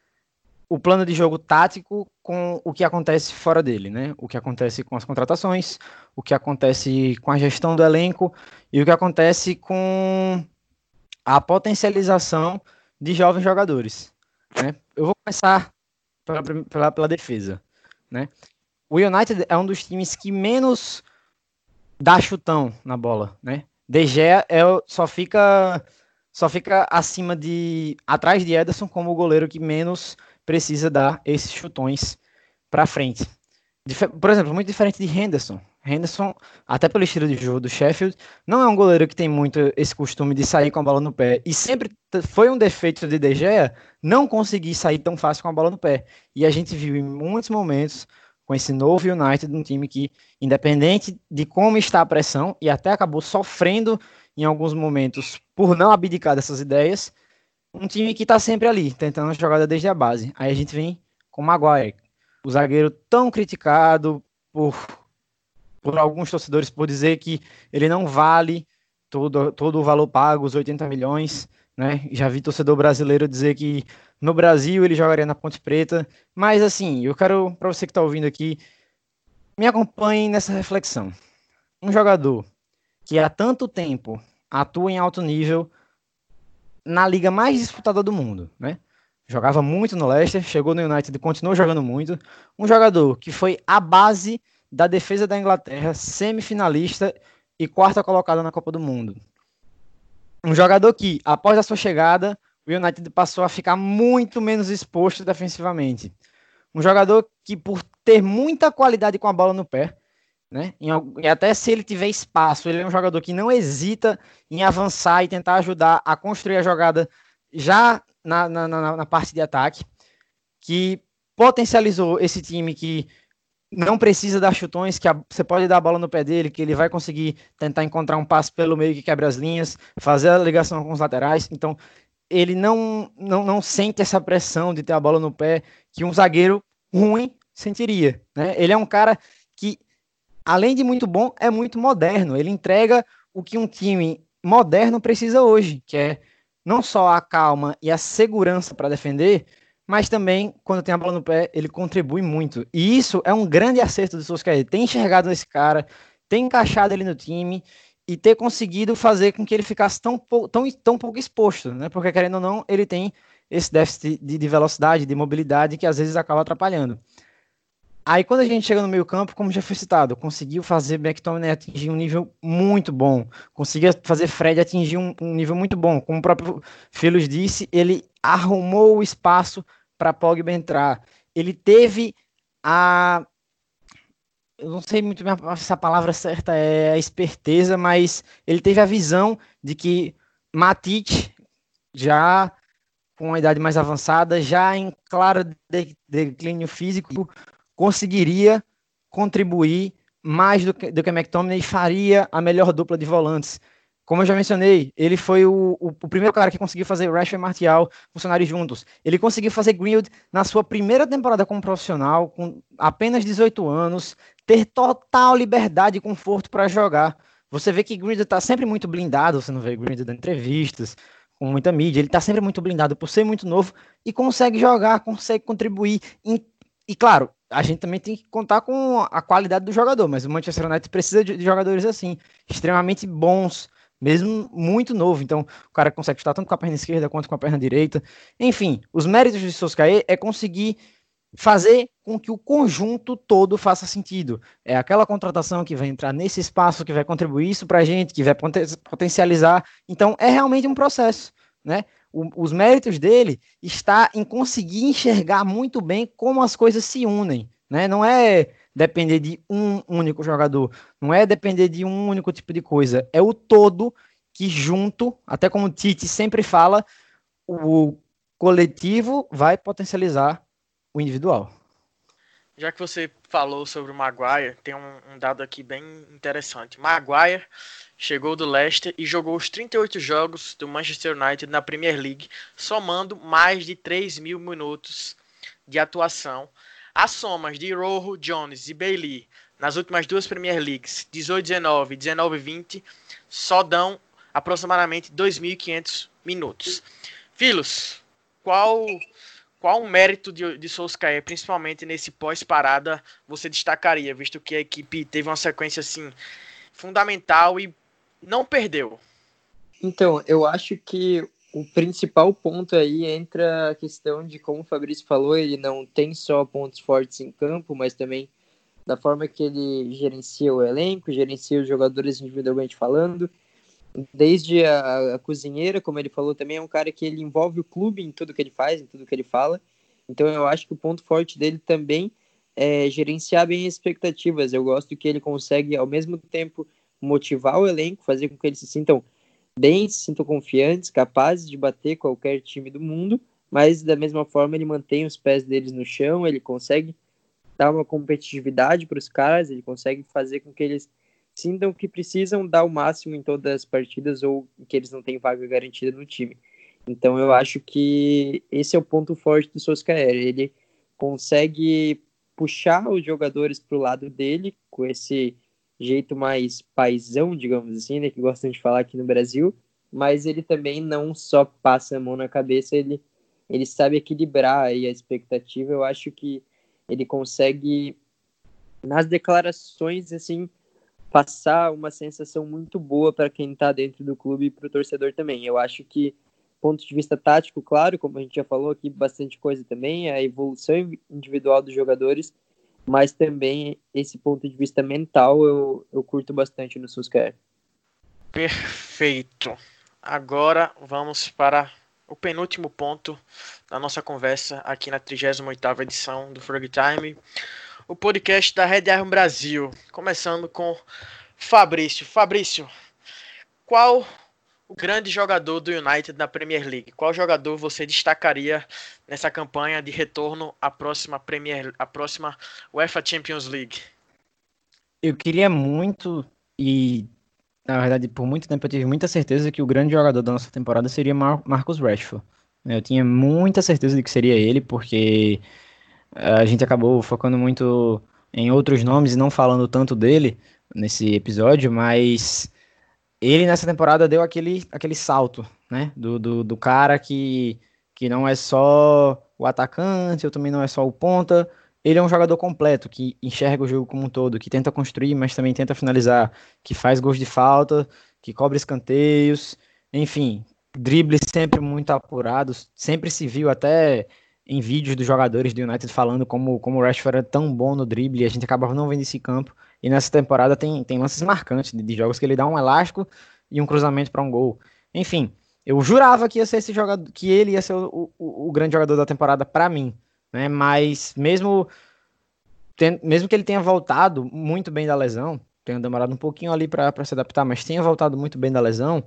Speaker 5: o plano de jogo tático com o que acontece fora dele, né? O que acontece com as contratações, o que acontece com a gestão do elenco e o que acontece com a potencialização de jovens jogadores, né? Eu vou começar pela, pela, pela defesa, né? O United é um dos times que menos dá chutão na bola, né? De Gea é, só fica só fica acima de atrás de Ederson como o goleiro que menos precisa dar esses chutões para frente. Por exemplo, muito diferente de Henderson. Henderson, até pelo estilo de jogo do Sheffield, não é um goleiro que tem muito esse costume de sair com a bola no pé. E sempre foi um defeito de De Gea não conseguir sair tão fácil com a bola no pé. E a gente viu em muitos momentos com esse novo United, um time que, independente de como está a pressão, e até acabou sofrendo em alguns momentos por não abdicar dessas ideias, um time que tá sempre ali, tentando a jogada desde a base. Aí a gente vem com o Maguire, o zagueiro tão criticado por, por alguns torcedores por dizer que ele não vale todo, todo o valor pago, os oitenta milhões, né? Já vi torcedor brasileiro dizer que no Brasil ele jogaria na Ponte Preta, mas assim, eu quero, para você que tá ouvindo aqui, me acompanhe nessa reflexão. Um jogador que há tanto tempo atua em alto nível na liga mais disputada do mundo, né? Jogava muito no Leicester, chegou no United e continuou jogando muito. Um jogador que foi a base da defesa da Inglaterra, semifinalista e quarta colocada na Copa do Mundo. Um jogador que, após a sua chegada, o United passou a ficar muito menos exposto defensivamente. Um jogador que, por ter muita qualidade com a bola no pé, né, em, e até se ele tiver espaço, ele é um jogador que não hesita em avançar e tentar ajudar a construir a jogada já na, na, na, na parte de ataque, que potencializou esse time que não precisa dar chutões, que a, você pode dar a bola no pé dele, que ele vai conseguir tentar encontrar um passe pelo meio que quebra as linhas, fazer a ligação com os laterais. Então, ele não, não, não sente essa pressão de ter a bola no pé que um zagueiro ruim sentiria, né? Ele é um cara que, além de muito bom, é muito moderno. Ele entrega o que um time moderno precisa hoje, que é não só a calma e a segurança para defender, mas também, quando tem a bola no pé, ele contribui muito. E isso é um grande acerto do Solskjaer. Tem enxergado esse cara, tem encaixado ele no time e ter conseguido fazer com que ele ficasse tão, tão, tão pouco exposto, né? Porque, querendo ou não, ele tem esse déficit de, de velocidade, de mobilidade, que às vezes acaba atrapalhando. Aí, quando a gente chega no meio campo, como já foi citado, conseguiu fazer McTominay atingir um nível muito bom, conseguiu fazer Fred atingir um, um nível muito bom. Como o próprio Philos disse, ele arrumou o espaço para Pogba entrar. Ele teve a... Eu não sei muito bem se a palavra certa é a esperteza, mas ele teve a visão de que Matic, já com uma idade mais avançada, já em claro declínio físico, conseguiria contribuir mais do que, do que McTominay e faria a melhor dupla de volantes. Como eu já mencionei, ele foi o, o, o primeiro cara que conseguiu fazer Rashford e Martial funcionarem juntos. Ele conseguiu fazer Greenwood na sua primeira temporada como profissional, com apenas dezoito anos, ter total liberdade e conforto para jogar. Você vê que Greenwood está sempre muito blindado, você não vê Greenwood dando entrevistas, com muita mídia, ele está sempre muito blindado por ser muito novo e consegue jogar, consegue contribuir. Em, e claro, a gente também tem que contar com a qualidade do jogador, mas o Manchester United precisa de, de jogadores assim, extremamente bons, mesmo muito novo. Então, o cara consegue chutar tanto com a perna esquerda quanto com a perna direita. Enfim, os méritos de Solskjaer é conseguir fazer com que o conjunto todo faça sentido. É aquela contratação que vai entrar nesse espaço, que vai contribuir isso pra gente, que vai potencializar. Então, é realmente um processo, né? O, os méritos dele está em conseguir enxergar muito bem como as coisas se unem, né? Não é depender de um único jogador, não é depender de um único tipo de coisa, é o todo que junto, até como o Tite sempre fala, o coletivo vai potencializar o individual.
Speaker 3: Já que você falou sobre o Maguire, tem um, um dado aqui bem interessante. Maguire chegou do Leicester e jogou os trinta e oito jogos do Manchester United na Premier League, somando mais de três mil minutos de atuação. As somas de Rojo, Jones e Bailey nas últimas duas Premier Leagues, dezoito dezenove e dezenove vinte, só dão aproximadamente dois mil e quinhentos minutos. Philos, qual... Qual o mérito de, de Solskjaer, principalmente nesse pós-parada, você destacaria, visto que a equipe teve uma sequência assim fundamental e não perdeu?
Speaker 4: Então, eu acho que o principal ponto aí entra a questão de, como o Fabrício falou, ele não tem só pontos fortes em campo, mas também da forma que ele gerencia o elenco, gerencia os jogadores individualmente falando. Desde a, a cozinheira, como ele falou também, é um cara que ele envolve o clube em tudo que ele faz, em tudo que ele fala. Então eu acho que o ponto forte dele também é gerenciar bem as expectativas. Eu gosto que ele consegue, ao mesmo tempo, motivar o elenco, fazer com que eles se sintam bem, se sintam confiantes, capazes de bater qualquer time do mundo, mas da mesma forma ele mantém os pés deles no chão, ele consegue dar uma competitividade para os caras, ele consegue fazer com que eles sintam que precisam dar o máximo em todas as partidas ou que eles não têm vaga garantida no time. Então eu acho que esse é o ponto forte do Solskjaer. Ele consegue puxar os jogadores para o lado dele, com esse jeito mais paizão, digamos assim, né, que gostam de falar aqui no Brasil, mas ele também não só passa a mão na cabeça, ele, ele sabe equilibrar aí a expectativa. Eu acho que ele consegue, nas declarações, assim, passar uma sensação muito boa para quem está dentro do clube e para o torcedor também. Eu acho que, ponto de vista tático, claro, como a gente já falou aqui, bastante coisa também, a evolução individual dos jogadores, mas também esse ponto de vista mental eu, eu curto bastante no Solskjaer.
Speaker 3: Perfeito. Agora vamos para o penúltimo ponto da nossa conversa aqui na trigésima oitava edição do Frog Time, o podcast da Red Arrow Brasil, começando com Fabrício. Fabrício, qual o grande jogador do United na Premier League? Qual jogador você destacaria nessa campanha de retorno à próxima Premier, à próxima UEFA Champions League?
Speaker 5: Eu queria muito, e na verdade por muito tempo eu tive muita certeza que o grande jogador da nossa temporada seria Mar- Marcus Rashford. Eu tinha muita certeza de que seria ele, porque a gente acabou focando muito em outros nomes e não falando tanto dele nesse episódio, mas ele nessa temporada deu aquele, aquele salto, né? Do, do, do cara que, que não é só o atacante, eu também não é só o ponta. Ele é um jogador completo, que enxerga o jogo como um todo, que tenta construir, mas também tenta finalizar, que faz gols de falta, que cobra escanteios, enfim, dribles sempre muito apurados. Sempre se viu até em vídeos dos jogadores do United falando como, como o Rashford é tão bom no drible, e a gente acabava não vendo esse campo. E nessa temporada tem, tem lances marcantes de, de jogos que ele dá um elástico e um cruzamento para um gol. Enfim, eu jurava que ia ser esse jogador, que ele ia ser o, o, o grande jogador da temporada para mim, né? Mas mesmo, ten, mesmo que ele tenha voltado muito bem da lesão, tenha demorado um pouquinho ali para se adaptar, mas tenha voltado muito bem da lesão,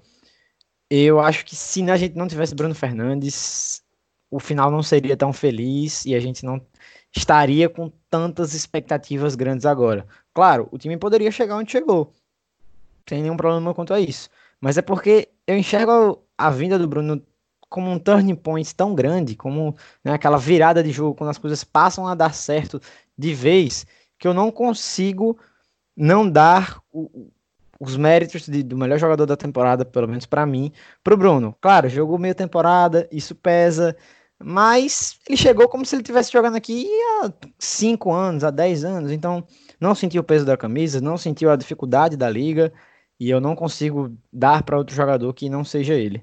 Speaker 5: eu acho que se a gente não tivesse Bruno Fernandes, o final não seria tão feliz e a gente não estaria com tantas expectativas grandes agora. Claro, o time poderia chegar onde chegou, sem nenhum problema quanto a isso. Mas é porque eu enxergo a vinda do Bruno como um turning point tão grande, como, né, aquela virada de jogo, quando as coisas passam a dar certo de vez, que eu não consigo não dar o, os méritos de, do melhor jogador da temporada, pelo menos para mim, pro Bruno. Claro, jogou meia temporada, isso pesa, mas ele chegou como se ele estivesse jogando aqui há cinco anos, há dez anos, então não sentiu o peso da camisa, não sentiu a dificuldade da liga, e eu não consigo dar para outro jogador que não seja ele.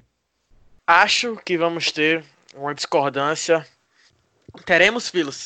Speaker 3: Acho que vamos ter uma discordância. Teremos, Filos?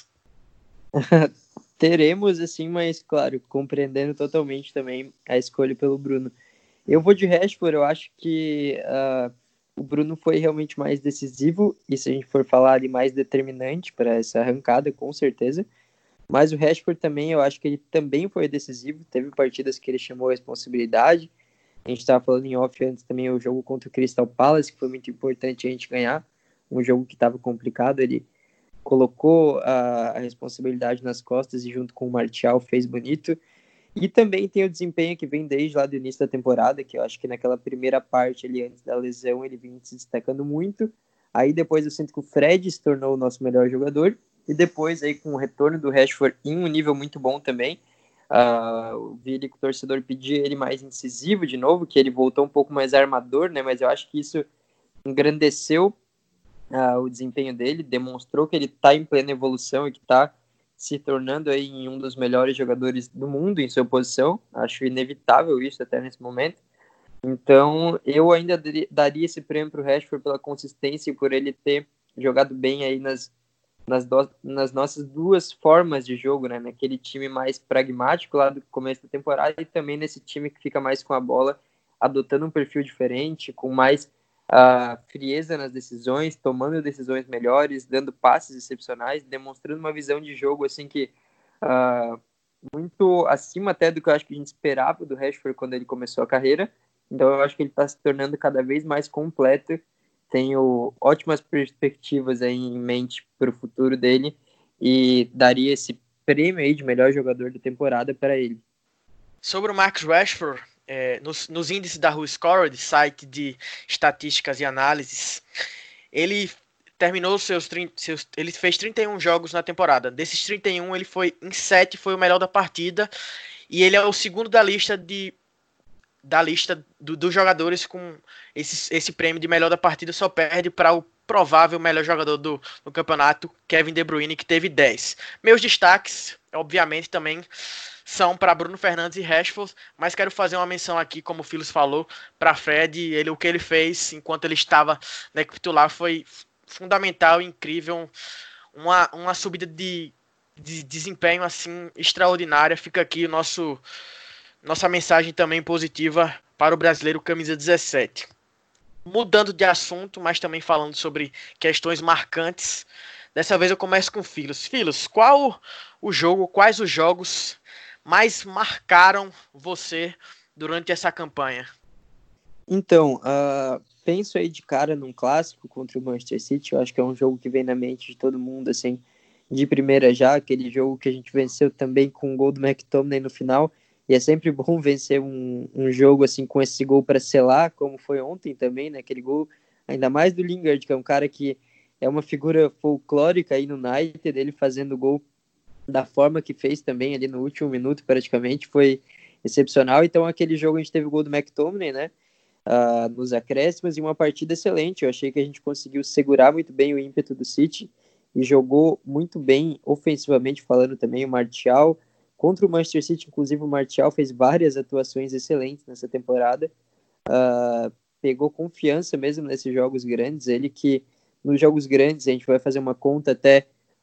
Speaker 4: Teremos, assim, mas, claro, compreendendo totalmente também a escolha pelo Bruno. Eu vou de Rashford, eu acho que uh, o Bruno foi realmente mais decisivo, e se a gente for falar ali, mais determinante para essa arrancada, com certeza. Mas o Rashford também, eu acho que ele também foi decisivo, teve partidas que ele chamou a responsabilidade. A gente estava falando em off antes também o jogo contra o Crystal Palace, que foi muito importante a gente ganhar, um jogo que estava complicado, ele colocou a, a responsabilidade nas costas e junto com o Martial fez bonito. E também tem o desempenho que vem desde lá do início da temporada, que eu acho que naquela primeira parte ali antes da lesão ele vinha se destacando muito. Aí depois eu sinto que o Fred se tornou o nosso melhor jogador, e depois aí com o retorno do Rashford em um nível muito bom também, uh, vi ele que o torcedor pedia ele mais incisivo de novo, que ele voltou um pouco mais armador, né? Mas eu acho que isso engrandeceu uh, o desempenho dele, demonstrou que ele está em plena evolução e que está se tornando aí em um dos melhores jogadores do mundo em sua posição. Acho inevitável isso até nesse momento. Então, eu ainda daria esse prêmio para o Rashford pela consistência e por ele ter jogado bem aí nas, nas, do, nas nossas duas formas de jogo, né? Naquele time mais pragmático lá do começo da temporada e também nesse time que fica mais com a bola, adotando um perfil diferente, com mais uh, frieza nas decisões, tomando decisões melhores, dando passes excepcionais, demonstrando uma visão de jogo assim que... Uh, muito acima até do que eu acho que a gente esperava do Rashford quando ele começou a carreira. Então eu acho que ele está se tornando cada vez mais completo. Tenho ótimas perspectivas aí em mente para o futuro dele e daria esse prêmio aí de melhor jogador da temporada para ele.
Speaker 3: Sobre o Marcus Rashford, é, nos, nos índices da WhoScored, site de estatísticas e análises, ele terminou seus, trinta, seus ele fez trinta e um jogos na temporada. Desses trinta e um, ele foi em sete, foi o melhor da partida, e ele é o segundo da lista de da lista do, dos jogadores com esse, esse prêmio de melhor da partida, só perde para o provável melhor jogador do, do campeonato, Kevin De Bruyne, que teve dez. Meus destaques, obviamente, também são para Bruno Fernandes e Rashford, mas quero fazer uma menção aqui, como o Filos falou, para Fred. Ele, o que ele fez enquanto ele estava na equipe titular foi fundamental, incrível, uma, uma subida de, de desempenho assim extraordinária. Fica aqui o nosso nossa mensagem também positiva para o brasileiro camisa dezessete. Mudando de assunto, mas também falando sobre questões marcantes, dessa vez eu começo com o Filos. Filos, qual o jogo, quais os jogos mais marcaram você durante essa campanha?
Speaker 4: Então, uh, penso aí de cara num clássico contra o Manchester City. Eu acho que é um jogo que vem na mente de todo mundo, assim, de primeira já. Aquele jogo que a gente venceu também com o gol do McTominay no final. E é sempre bom vencer um, um jogo assim com esse gol para selar, como foi ontem também, né? Aquele gol, ainda mais do Lingard, que é um cara que é uma figura folclórica aí no United, ele fazendo gol da forma que fez também ali no último minuto praticamente, foi excepcional. Então aquele jogo a gente teve o gol do McTominay, né? Uh, nos acréscimos, e uma partida excelente. Eu achei que a gente conseguiu segurar muito bem o ímpeto do City e jogou muito bem ofensivamente falando também. O Martial contra o Manchester City, inclusive o Martial fez várias atuações excelentes nessa temporada, uh, pegou confiança mesmo nesses jogos grandes. Ele que nos jogos grandes, a gente vai fazer uma conta até,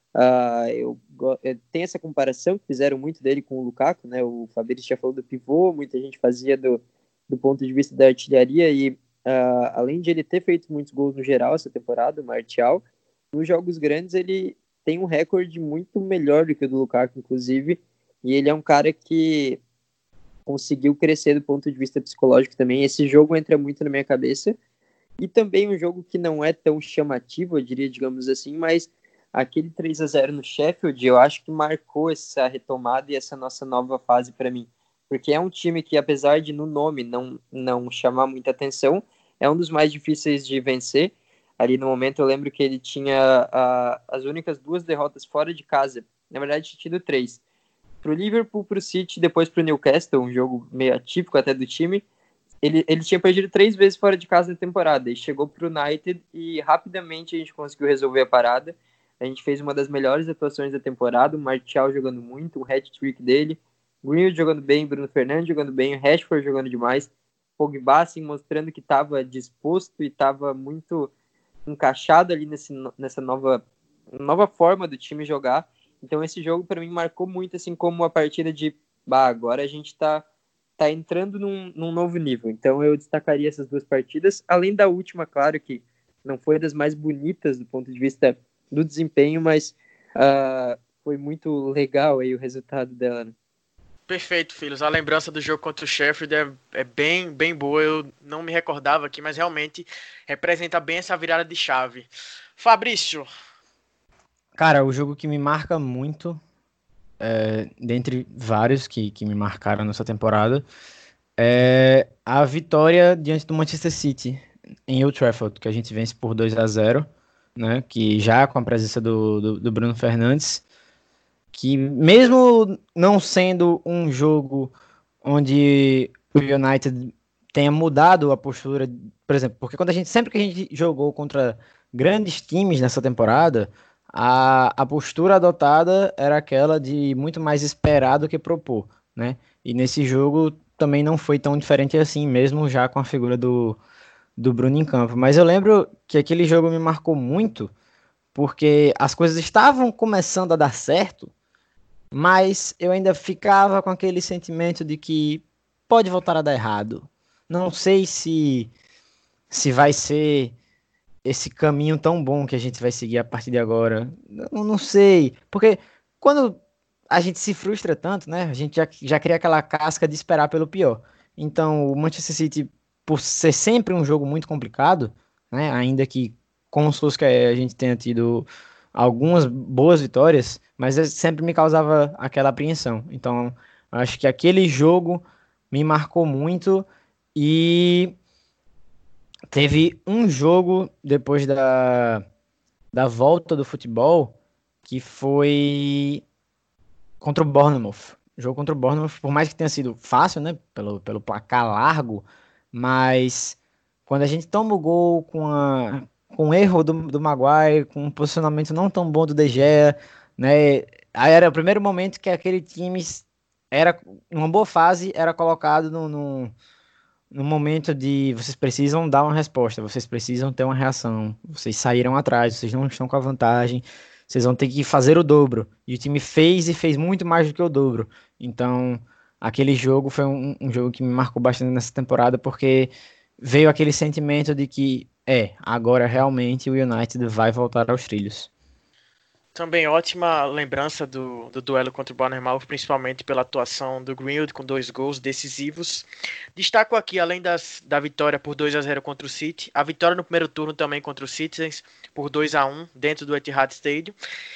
Speaker 4: uh, eu, eu tenho essa comparação que fizeram muito dele com o Lukaku, né? O Fabrício já falou do pivô, muita gente fazia do, do ponto de vista da artilharia, e uh, além de ele ter feito muitos gols no geral essa temporada, o Martial, nos jogos grandes ele tem um recorde muito melhor do que o do Lukaku, inclusive. E ele é um cara que conseguiu crescer do ponto de vista psicológico também. Esse jogo entra muito na minha cabeça. E também um jogo que não é tão chamativo, eu diria, digamos assim, mas aquele três a zero no Sheffield, eu acho que marcou essa retomada e essa nossa nova fase para mim. Porque é um time que, apesar de no nome não, não chamar muita atenção, é um dos mais difíceis de vencer. Ali no momento eu lembro que ele tinha uh, as únicas duas derrotas fora de casa. Na verdade, tinha tido três. Pro Liverpool, pro City, depois pro Newcastle, um jogo meio atípico até do time. Ele, ele tinha perdido três vezes fora de casa na temporada, e chegou pro United e rapidamente a gente conseguiu resolver a parada. A gente fez uma das melhores atuações da temporada, o Martial jogando muito, o hat-trick dele, Greenwood jogando bem, Bruno Fernandes jogando bem, o Rashford jogando demais, Pogba assim, mostrando que estava disposto e estava muito encaixado ali nesse, nessa nova, nova forma do time jogar. Então esse jogo para mim marcou muito, assim, como a partida de, bah, agora a gente tá, tá entrando num, num novo nível. Então eu destacaria essas duas partidas, além da última, claro, que não foi das mais bonitas do ponto de vista do desempenho, mas uh, foi muito legal aí o resultado dela, né?
Speaker 3: Perfeito, Filhos. A lembrança do jogo contra o Sheffield é, é bem, bem boa. Eu não me recordava aqui, mas realmente representa bem essa virada de chave. Fabrício.
Speaker 5: Cara, o jogo que me marca muito, é, dentre vários que, que me marcaram nessa temporada, é a vitória diante do Manchester City em Old Trafford, que a gente vence por dois a zero, né? Que já com a presença do, do, do Bruno Fernandes, que mesmo não sendo um jogo onde o United tenha mudado a postura, por exemplo, porque quando a gente, sempre que a gente jogou contra grandes times nessa temporada, A, a postura adotada era aquela de muito mais esperar do que propor, né? E nesse jogo também não foi tão diferente assim, mesmo já com a figura do, do Bruno em campo. Mas eu lembro que aquele jogo me marcou muito, porque as coisas estavam começando a dar certo, mas eu ainda ficava com aquele sentimento de que pode voltar a dar errado. Não sei se, se vai ser esse caminho tão bom que a gente vai seguir a partir de agora. Eu não sei, porque quando a gente se frustra tanto, né, a gente já, já cria aquela casca de esperar pelo pior. Então, o Manchester City, por ser sempre um jogo muito complicado, né, ainda que com os gols que a gente tenha tido algumas boas vitórias, mas sempre me causava aquela apreensão. Então, acho que aquele jogo me marcou muito e teve um jogo depois da, da volta do futebol que foi contra o Bournemouth. O jogo contra o Bournemouth, por mais que tenha sido fácil, né, pelo, pelo placar largo, mas quando a gente toma o gol com, a, com o erro do, do Maguire, com um posicionamento não tão bom do De Gea, né, aí era o primeiro momento que aquele time era em uma boa fase, era colocado no, no, no momento de vocês precisam dar uma resposta, vocês precisam ter uma reação, vocês saíram atrás, vocês não estão com a vantagem, vocês vão ter que fazer o dobro. E o time fez e fez muito mais do que o dobro. Então, aquele jogo foi um, um jogo que me marcou bastante nessa temporada, porque veio aquele sentimento de que, é, agora realmente o United vai voltar aos trilhos.
Speaker 3: Também ótima lembrança do, do duelo contra o Bournemouth, principalmente pela atuação do Greenwood com dois gols decisivos. Destaco aqui, além das, da vitória por dois a zero contra o City, a vitória no primeiro turno também contra o Citizens por dois a um dentro do Etihad Stadium.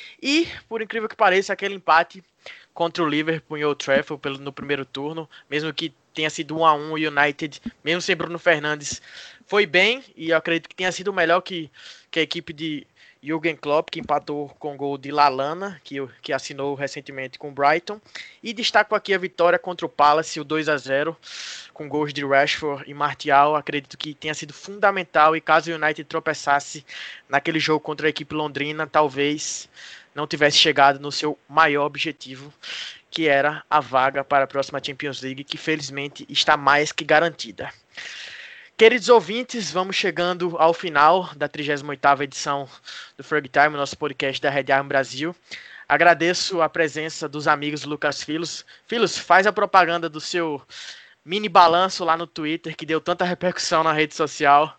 Speaker 3: E, por incrível que pareça, aquele empate contra o Liverpool em Old Trafford pelo, no primeiro turno, mesmo que tenha sido um a um, o United, mesmo sem Bruno Fernandes, foi bem, e eu acredito que tenha sido melhor que, que a equipe de Jürgen Klopp, que empatou com o gol de Lallana, que, que assinou recentemente com o Brighton. E destaco aqui a vitória contra o Palace, o dois a zero, com gols de Rashford e Martial. Acredito que tenha sido fundamental, e caso o United tropeçasse naquele jogo contra a equipe londrina, talvez não tivesse chegado no seu maior objetivo, que era a vaga para a próxima Champions League, que felizmente está mais que garantida. Queridos ouvintes, vamos chegando ao final da trigésima oitava edição do Ferg Time, nosso podcast da Red Army Brasil. Agradeço a presença dos amigos Lucas Filos. Filos, faz a propaganda do seu mini balanço lá no Twitter, que deu tanta repercussão na rede social.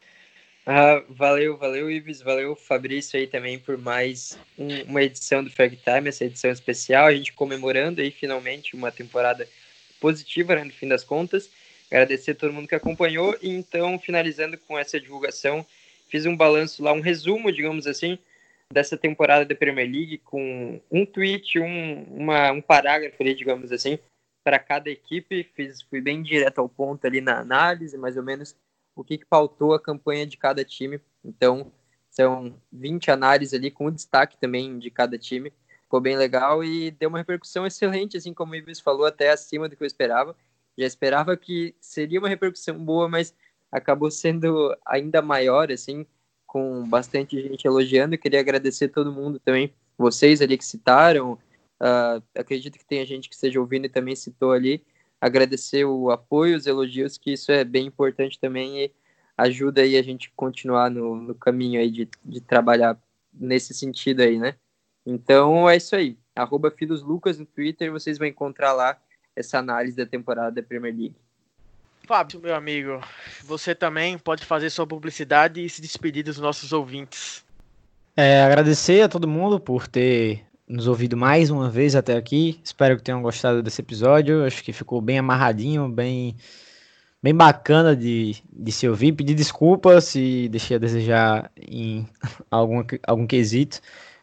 Speaker 4: Ah, valeu, valeu, Ives, valeu, Fabrício aí também por mais um, uma edição do Ferg Time, essa edição especial, a gente comemorando aí finalmente uma temporada positiva, né, no fim das contas. Agradecer a todo mundo que acompanhou, e então, finalizando com essa divulgação, fiz um balanço lá, um resumo, digamos assim, dessa temporada da Premier League, com um tweet, um, uma, um parágrafo ali, digamos assim, para cada equipe. Fiz, fui bem direto ao ponto ali na análise, mais ou menos, o que, que pautou a campanha de cada time. Então, são vinte análises ali, com o destaque também de cada time. Ficou bem legal e deu uma repercussão excelente, assim como o Ives falou, até acima do que eu esperava. Já esperava que seria uma repercussão boa, mas acabou sendo ainda maior, assim, com bastante gente elogiando. Eu queria agradecer a todo mundo também, vocês ali que citaram. Uh, acredito que tenha gente que esteja ouvindo e também citou ali. Agradecer o apoio, os elogios, que isso é bem importante também e ajuda aí a gente continuar no, no caminho aí de, de trabalhar nesse sentido aí, né? Então é isso aí. Arroba FilosLucas no Twitter, vocês vão encontrar lá essa análise da temporada da Premier League.
Speaker 3: Fábio, meu amigo, você também pode fazer sua publicidade e se despedir dos nossos ouvintes.
Speaker 5: É, agradecer a todo mundo por ter nos ouvido mais uma vez até aqui. Espero que tenham gostado desse episódio. Acho que ficou bem amarradinho, bem, bem bacana de, de se ouvir. Pedir desculpa se deixei a desejar em algum, algum quesito.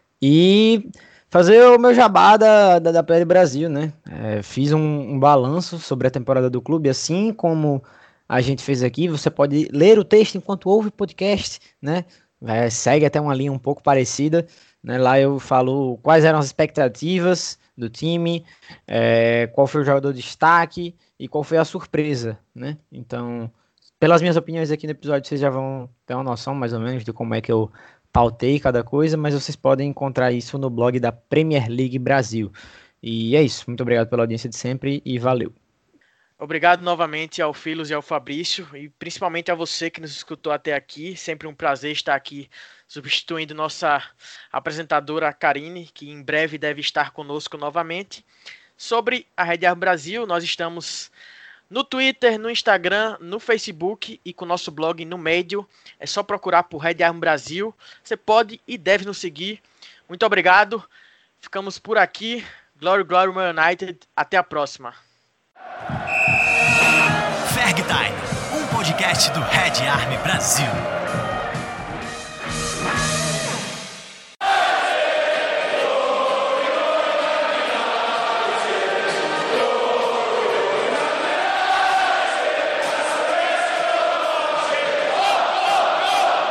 Speaker 5: E fazer o meu jabá da, da, da P L Brasil, né? É, fiz um, um balanço sobre a temporada do clube, assim como a gente fez aqui. Você pode ler o texto enquanto ouve o podcast, né? É, segue até uma linha um pouco parecida, né? Lá eu falo quais eram as expectativas do time, é, qual foi o jogador de destaque e qual foi a surpresa, né? Então, pelas minhas opiniões aqui no episódio, vocês já vão ter uma noção mais ou menos de como é que eu pautei cada coisa, mas vocês podem encontrar isso no blog da Premier League Brasil. E é isso, muito obrigado pela audiência de sempre e valeu.
Speaker 3: Obrigado novamente ao Filos e ao Fabrício, e principalmente a você que nos escutou até aqui. Sempre um prazer estar aqui substituindo nossa apresentadora Karine, que em breve deve estar conosco novamente. Sobre a Red Army Brasil, nós estamos no Twitter, no Instagram, no Facebook e com o nosso blog no Medium. É só procurar por Red Army Brasil. Você pode e deve nos seguir. Muito obrigado. Ficamos por aqui. Glory, glory, Man United. Até a próxima.
Speaker 2: Ferg Time, um podcast do Red Army Brasil.